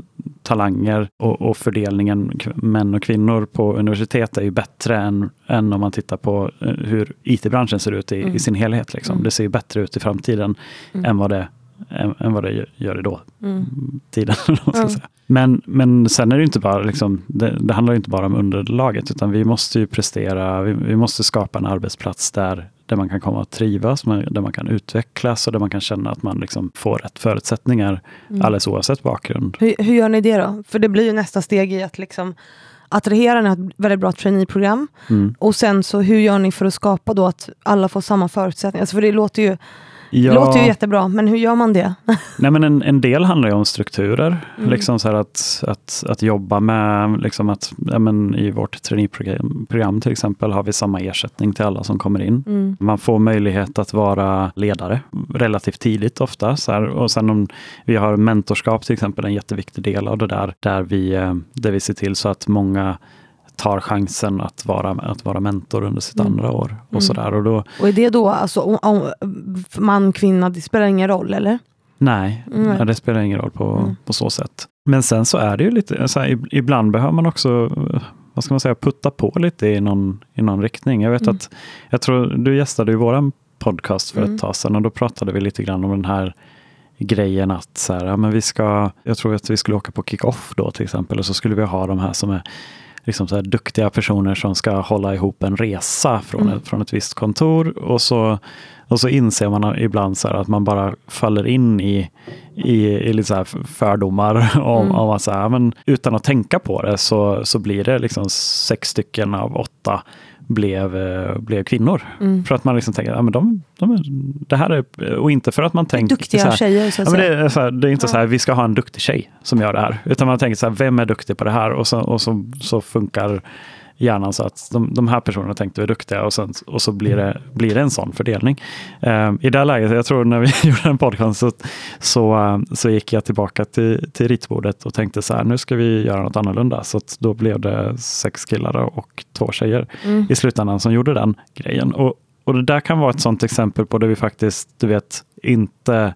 talanger och, och fördelningen män och kvinnor på universitet är ju bättre än, än om man tittar på hur I T-branschen ser ut i, mm. i sin helhet. Liksom. Mm. Det ser ju bättre ut i framtiden mm. än, vad det, än, än vad det gör i då. Mm. Tiden. Mm. Men, men sen är det ju inte bara liksom, det, det handlar ju inte bara om underlaget, utan vi måste ju prestera, vi, vi måste skapa en arbetsplats där där man kan komma att trivas, där man kan utvecklas och där man kan känna att man liksom får rätt förutsättningar mm. alldeles oavsett bakgrund. Hur, hur gör ni det då? För det blir ju nästa steg i att liksom attrahera ett väldigt bra traineeprogram. Mm. Och sen så hur gör ni för att skapa då att alla får samma förutsättningar? Alltså för det låter ju Ja. Det låter ju jättebra, men hur gör man det? Nej, men en, en del handlar ju om strukturer. Mm. Liksom så här att, att, att jobba med, liksom att, ja, men i vårt traineeprogram program till exempel har vi samma ersättning till alla som kommer in. Mm. Man får möjlighet att vara ledare relativt tidigt ofta. Så här, och sen om vi har mentorskap till exempel, en jätteviktig del av det där, där vi, där vi ser till så att många tar chansen att vara, att vara mentor under sitt mm. andra år. Och, mm. sådär. Och, då, och är det då, alltså, om, om, man, kvinna, det spelar ingen roll, eller? Nej, mm. ja, det spelar ingen roll på, mm. på så sätt. Men sen så är det ju lite, så här, ibland behöver man också, vad ska man säga, putta på lite i någon, i någon riktning. Jag vet mm. att, jag tror, du gästade ju våran podcast för mm. ett tag sedan, och då pratade vi lite grann om den här grejen att så här, ja, men vi ska, jag tror att vi skulle åka på kick-off då till exempel, och så skulle vi ha de här som är liksom så här duktiga personer som ska hålla ihop en resa från, mm. ett, från ett visst kontor, och så, och så inser man ibland så här att man bara faller in i, i, i lite så här fördomar om, mm. om att så här, men utan att tänka på det så, så blir det liksom sex stycken av åtta blev, blev kvinnor. Mm. För att man liksom tänker, ja, men de, de, det här är, och inte för att man tänker duktiga så här, tjejer så att ja, men säga. det, är så här, det är inte ja. så här, vi ska ha en duktig tjej som gör det här, utan man tänker så här, vem är duktig på det här, och så, och så, så funkar hjärnan så att de, de här personerna tänkte är duktiga, och, sen, och så blir det, blir det en sån fördelning. Uh, I det här läget, jag tror när vi gjorde en podcast så, så, uh, så gick jag tillbaka till, till ritbordet och tänkte så här, nu ska vi göra något annorlunda. Så att då blev det sex killar och två tjejer mm. i slutändan som gjorde den grejen. Och, och det där kan vara ett sånt exempel på det vi faktiskt, du vet, inte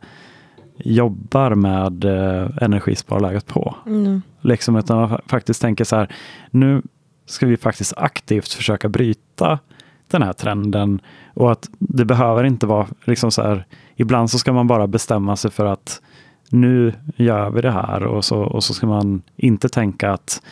jobbar med uh, energisparläget på. Mm. Liksom, utan man faktiskt tänker så här, nu ska vi faktiskt aktivt försöka bryta den här trenden, och att det behöver inte vara liksom så här, ibland så ska man bara bestämma sig för att nu gör vi det här, och så, och så ska man inte tänka att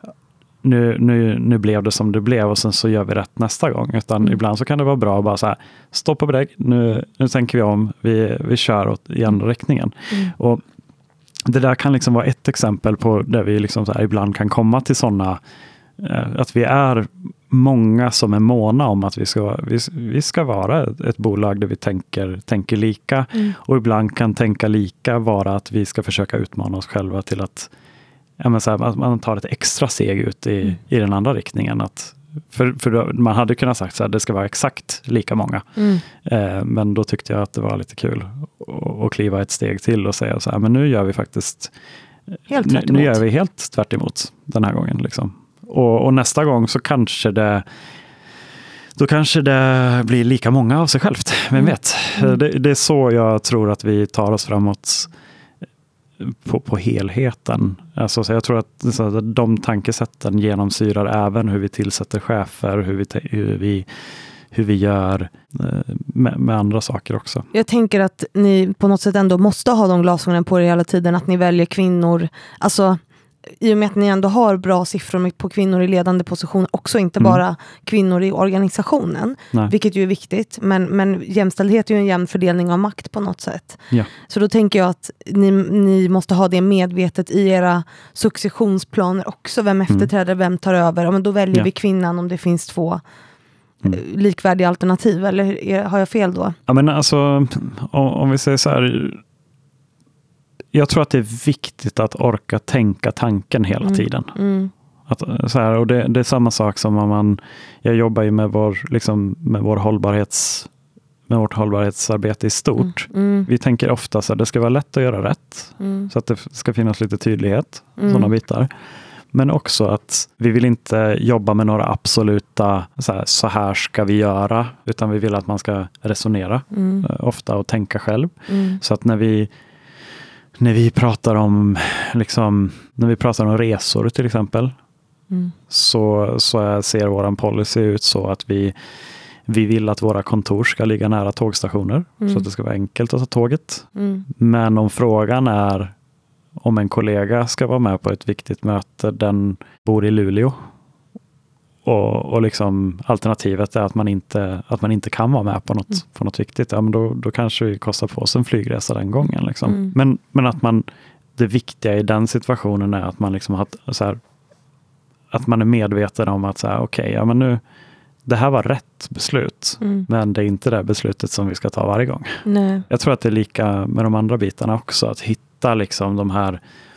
nu, nu, nu blev det som det blev och sen så gör vi rätt nästa gång, utan mm. ibland så kan det vara bra att bara så här, stoppa på däck, nu, nu tänker vi om, vi, vi kör åt i andra riktningen. Mm. Och det där kan liksom vara ett exempel på där vi liksom så här, ibland kan komma till sådana, att vi är många som är måna om att vi ska, vi, vi ska vara ett, ett bolag där vi tänker, tänker lika. Mm. Och ibland kan tänka lika vara att vi ska försöka utmana oss själva till att, ja, men så här, att man tar ett extra steg ut i, mm. i den andra riktningen. Att, för, för då, man hade kunnat sagt att det ska vara exakt lika många. Mm. Eh, men då tyckte jag att det var lite kul att, att kliva ett steg till och säga så här, men nu gör vi faktiskt Helt nu, tvärt emot. nu gör vi helt tvärt emot den här gången. Liksom. Och, och nästa gång så kanske det då kanske det blir lika många av sig självt. Vem mm. vet? Mm. Det, det är så jag tror att vi tar oss framåt på, på helheten. Alltså, så jag tror att så, de tankesätten genomsyrar även hur vi tillsätter chefer, hur vi, hur vi, hur vi gör med, med andra saker också. Jag tänker att ni på något sätt ändå måste ha de glasögonen på er hela tiden, att ni väljer kvinnor. Alltså, i och med att ni ändå har bra siffror på kvinnor i ledande positioner, också inte mm. bara kvinnor i organisationen, Nej. vilket ju är viktigt, men, men jämställdhet är ju en jämn fördelning av makt på något sätt. Ja. Så då tänker jag att ni, ni måste ha det medvetet i era successionsplaner också. Vem efterträder, vem tar över? Ja, men då väljer ja. vi kvinnan om det finns två mm. likvärdiga alternativ, eller är, har jag fel då? Ja, men alltså, om, om vi säger så här, jag tror att det är viktigt att orka tänka tanken hela mm. tiden. Mm. Att, så här, och det, det är samma sak som om man, jag jobbar ju med vår, liksom, med vår hållbarhets, med vårt hållbarhetsarbete i stort. Mm. Mm. Vi tänker ofta så att det ska vara lätt att göra rätt. Mm. Så att det ska finnas lite tydlighet, mm. sådana bitar. Men också att vi vill inte jobba med några absoluta så här, så här ska vi göra, utan vi vill att man ska resonera mm. ofta och tänka själv. Mm. Så att när vi När vi pratar om liksom, när vi pratar om resor till exempel mm. så, så ser våran policy ut så att vi, vi vill att våra kontor ska ligga nära tågstationer mm. så att det ska vara enkelt att ta tåget. Mm. Men om frågan är om en kollega ska vara med på ett viktigt möte, den bor i Luleå och, och liksom alternativet är att man inte, att man inte kan vara med på något, mm. på något viktigt, ja, men då, då kanske vi kostar på oss en flygresa den gången. Liksom. Mm. Men, men att man, det viktiga i den situationen är att man liksom har, så här, att man är medveten om att så här, okej, okay, ja, men nu, det här var rätt beslut, mm. men det är inte det beslutet som vi ska ta varje gång. Nej. Jag tror att det är lika med de andra bitarna också, att hitta liksom de här,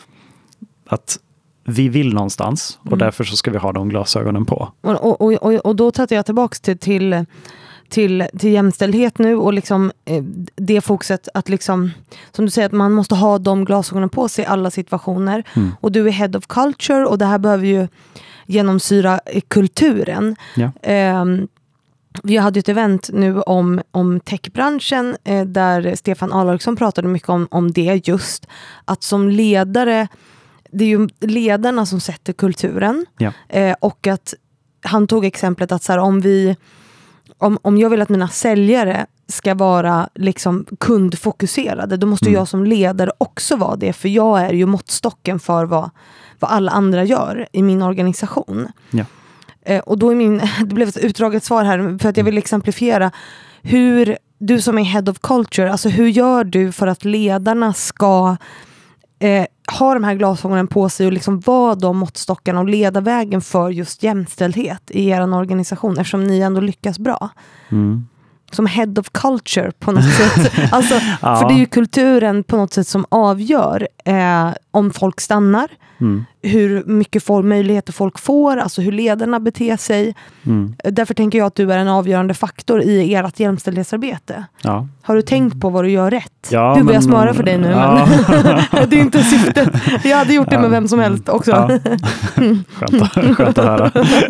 att vi vill någonstans och mm. därför så ska vi ha de glasögonen på. Och, och, och, och då tar jag tillbaka till, till, till, till jämställdhet nu och liksom eh, det fokuset att liksom, som du säger, att man måste ha de glasögonen på sig i alla situationer. Mm. Och du är head of culture och det här behöver ju genomsyra kulturen. Ja. Eh, vi hade ett event nu om, om techbranschen eh, där Stefan Alariksson pratade mycket om, om det, just att som ledare, det är ju ledarna som sätter kulturen. Ja. Eh, och att han tog exemplet att så här, om vi om, om jag vill att mina säljare ska vara liksom kundfokuserade, då måste mm. jag som ledare också vara det, för jag är ju måttstocken för vad, vad alla andra gör i min organisation. Ja. Eh, och då är min, det blev ett utdraget svar här för att jag vill exemplifiera hur du som är head of culture, alltså hur gör du för att ledarna ska Eh, ha de här glasögonen på sig och liksom vara de måttstockarna och leda vägen för just jämställdhet i er organisation, eftersom ni ändå lyckas bra. Mm. Som head of culture på något sätt. Alltså, ja. För det är ju kulturen på något sätt som avgör eh, om folk stannar. Mm. Hur mycket folk, möjligheter folk får, alltså hur ledarna beter sig. Mm. Därför tänker jag att du är en avgörande faktor i ert jämställdhetsarbete. Ja. Har du tänkt på vad du gör rätt? Ja, du vill men, jag smöra för dig nu. Ja. Men det är inte syftet. Jag hade gjort det med vem som helst också. Ja. Skönt, skönt att höra.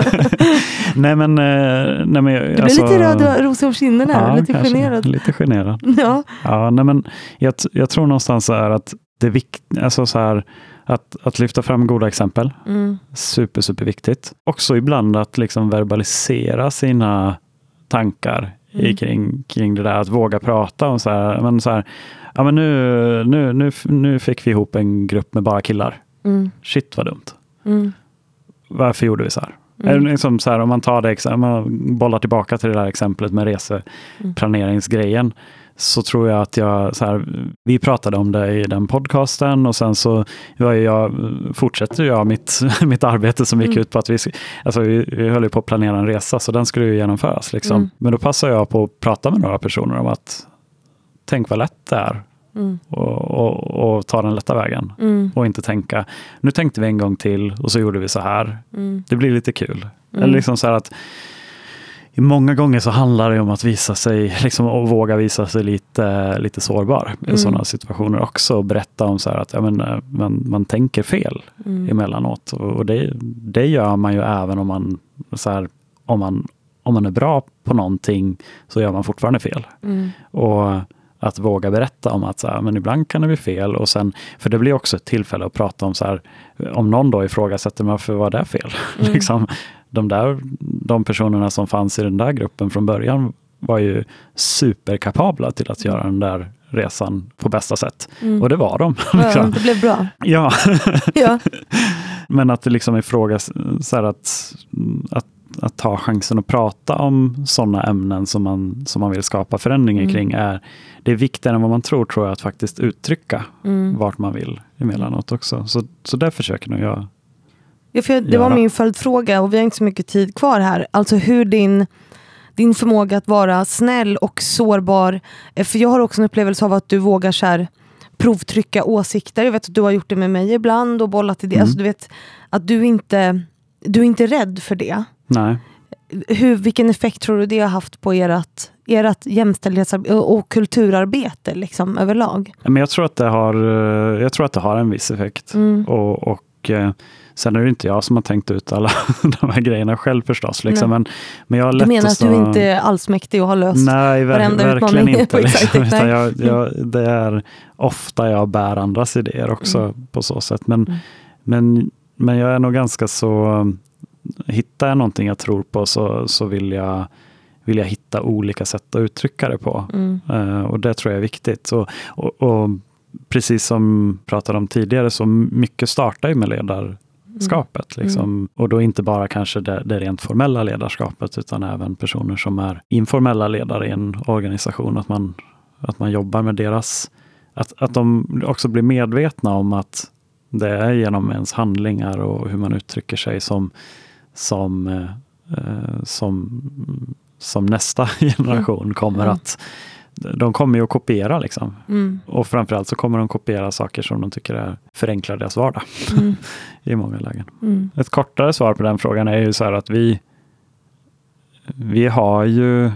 nej men... Nej, men du blir alltså, lite röd och rosig om kinderna. Ja, lite kanske, generad. Lite generad. Ja. Ja, nej men jag, jag tror någonstans så är att det är viktigt, alltså så här, att, att lyfta fram goda exempel. Mm. Super, super viktigt. Också ibland att liksom verbalisera sina tankar mm. i, kring, kring det där. Att våga prata om så här, men så här, ja men nu, nu, nu, nu fick vi ihop en grupp med bara killar. Mm. Shit vad dumt. Mm. Varför gjorde vi så här? Mm. Liksom så här, om man tar det, om man bollar tillbaka till det där exemplet med reseplaneringsgrejen, så tror jag att jag så här, vi pratade om det i den podcasten och sen så var jag, fortsätter jag mitt, mitt arbete som gick mm. ut på att vi, alltså vi, vi höll ju på att planera en resa, så den skulle ju genomföras liksom. Mm. Men då passade jag på att prata med några personer om att tänk vad lätt det är mm. och, och, och ta den lätta vägen mm. och inte tänka, nu tänkte vi en gång till och så gjorde vi så här. Mm. Det blir lite kul. Mm. Eller liksom så här att i många gånger så handlar det om att visa sig, liksom, och våga visa sig lite, lite sårbar i mm. sådana situationer också. Och berätta om så här att ja, men, man, man tänker fel mm. emellanåt. Och, och det, det gör man ju även om man, så här, om man om man är bra på någonting så gör man fortfarande fel. Mm. Och att våga berätta om att så här, men ibland kan det bli fel. Och sen, för det blir också ett tillfälle att prata om så här, om någon då ifrågasätter mig, varför var det fel? Mm. liksom, de, där, de personerna som fanns i den där gruppen från början var ju superkapabla till att göra den där resan på bästa sätt. Mm. Och det var de. liksom. Ja, det blev bra. Ja. ja. Men att det liksom ifrågasätter så här att, att att ta chansen att prata om sådana ämnen som man, som man vill skapa förändringar mm. kring är, det är viktigare än vad man tror, tror jag, att faktiskt uttrycka mm. vart man vill emellanåt också. Så, så där försöker nog jag ja, för Det göra. var min följdfråga och vi har inte så mycket tid kvar här. Alltså hur din, din förmåga att vara snäll och sårbar, för jag har också en upplevelse av att du vågar så här provtrycka åsikter. Jag vet att du har gjort det med mig ibland och bollat i det. Mm. Alltså du vet att du inte, du är inte rädd för det. Nej. Hur, vilken effekt tror du det har haft på ert, ert jämställdhetsarbete och kulturarbete liksom, överlag? Men jag tror att det har, jag tror att det har en viss effekt. Mm. Och, och sen är det inte jag som har tänkt ut alla de här grejerna själv förstås. Liksom. Men, men jag har du menar att du inte är allsmäktig och har löst nej, ver- varenda verkligen inte. Liksom, utan jag, jag, det är ofta jag bär andras idéer också mm. på så sätt. Men, mm. men, men jag är nog ganska så... Hittar jag någonting jag tror på så, så vill, jag, vill jag hitta olika sätt att uttrycka det på. Mm. Uh, och det tror jag är viktigt. Och, och, och precis som pratade om tidigare så mycket startar ju med ledarskapet. Mm. Liksom. Mm. Och då inte bara kanske det, det rent formella ledarskapet utan även personer som är informella ledare i en organisation. Att man, att man jobbar med deras... Att, att de också blir medvetna om att det är genom ens handlingar och hur man uttrycker sig som som, eh, som, som nästa generation kommer mm. att de kommer ju att kopiera liksom. Mm. Och framförallt så kommer de kopiera saker som de tycker är förenklar deras vardag mm. i många lägen. Mm. Ett kortare svar på den frågan är ju så här att vi vi har ju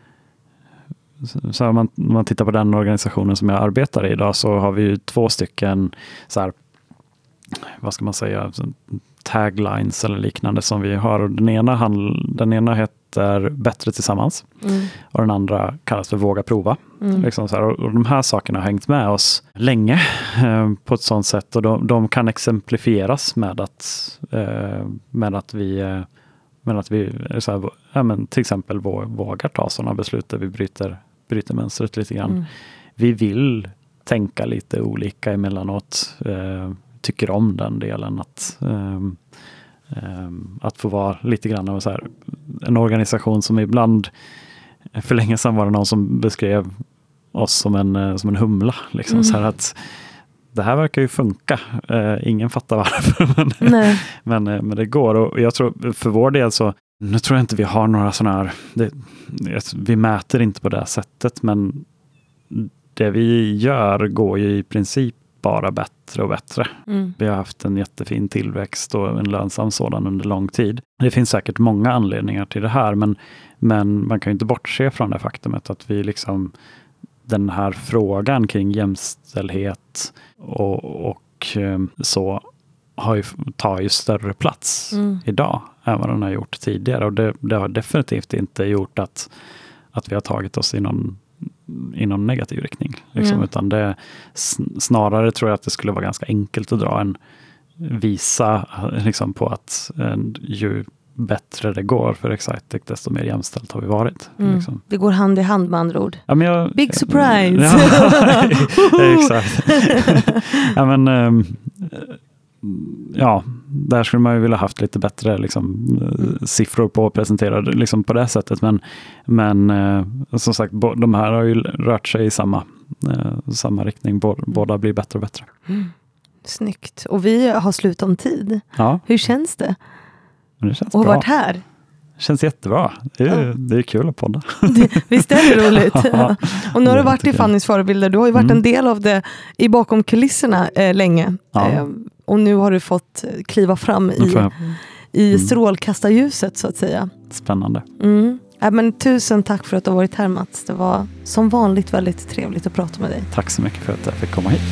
så här, man, om man tittar på den organisationen som jag arbetar i idag så har vi ju två stycken så här, vad ska man säga, taglines eller liknande som vi har. Och den ena, handl- den ena heter Bättre tillsammans mm. och den andra kallas för Våga prova. Mm. Liksom så här. Och, och de här sakerna har hängt med oss länge eh, på ett sådant sätt och de, de kan exemplifieras med att, eh, med att vi, eh, med att vi så här, ja, men till exempel vågar ta sådana beslut där vi bryter, bryter mönstret lite grann. Mm. Vi vill tänka lite olika emellanåt. Eh, tycker om den delen att, um, um, att få vara lite grann av så här, en organisation som ibland, för länge sedan var det någon som beskrev oss som en, som en humla. Liksom, mm. så här att det här verkar ju funka. Uh, ingen fattar varför. men, Nej. men, men det går. Och jag tror för vår del så, nu tror jag inte vi har några sådana här, det, vi mäter inte på det sättet men det vi gör går ju i princip bara bättre och bättre. Mm. Vi har haft en jättefin tillväxt och en lönsam sådan under lång tid. Det finns säkert många anledningar till det här men, men man kan ju inte bortse från det faktumet att vi liksom den här frågan kring jämställdhet och, och så har ju, tar ju större plats mm. idag än vad den har gjort tidigare och det, det har definitivt inte gjort att, att vi har tagit oss i någon i någon negativ riktning. Liksom, mm. utan det, snarare tror jag att det skulle vara ganska enkelt att dra en visa liksom, på att en, ju bättre det går för Excitec desto mer jämställt har vi varit. Mm. Liksom. Det går hand i hand med andra ord. Ja, men jag, Big surprise! Ja, exakt. ja, men, um, ja, där skulle man ju vilja haft lite bättre liksom, mm. siffror på att presentera liksom, på det sättet. Men, men eh, som sagt, bo, de här har ju rört sig i samma, eh, samma riktning. Bo, båda blir bättre och bättre. Mm. Snyggt. Och vi har slut om tid. Ja. Hur känns det? Men det känns och bra. varit här? Det känns jättebra. Det är, ja. det är kul att podda. Det, visst är det roligt? Ja. Och nu har du varit i Fannys förebilder. Du har ju varit mm. en del av det i bakom kulisserna eh, länge. Ja. Eh, och nu har du fått kliva fram i, i strålkastarljuset så att säga. Spännande. Mm. Äh, men tusen tack för att du har varit här, Mats. Det var som vanligt väldigt trevligt att prata med dig. Tack så mycket för att jag fick komma hit.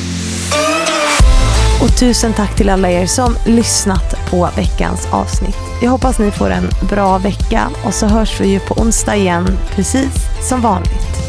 Och tusen tack till alla er som lyssnat på veckans avsnitt. Jag hoppas ni får en bra vecka och så hörs vi ju på onsdag igen, precis som vanligt.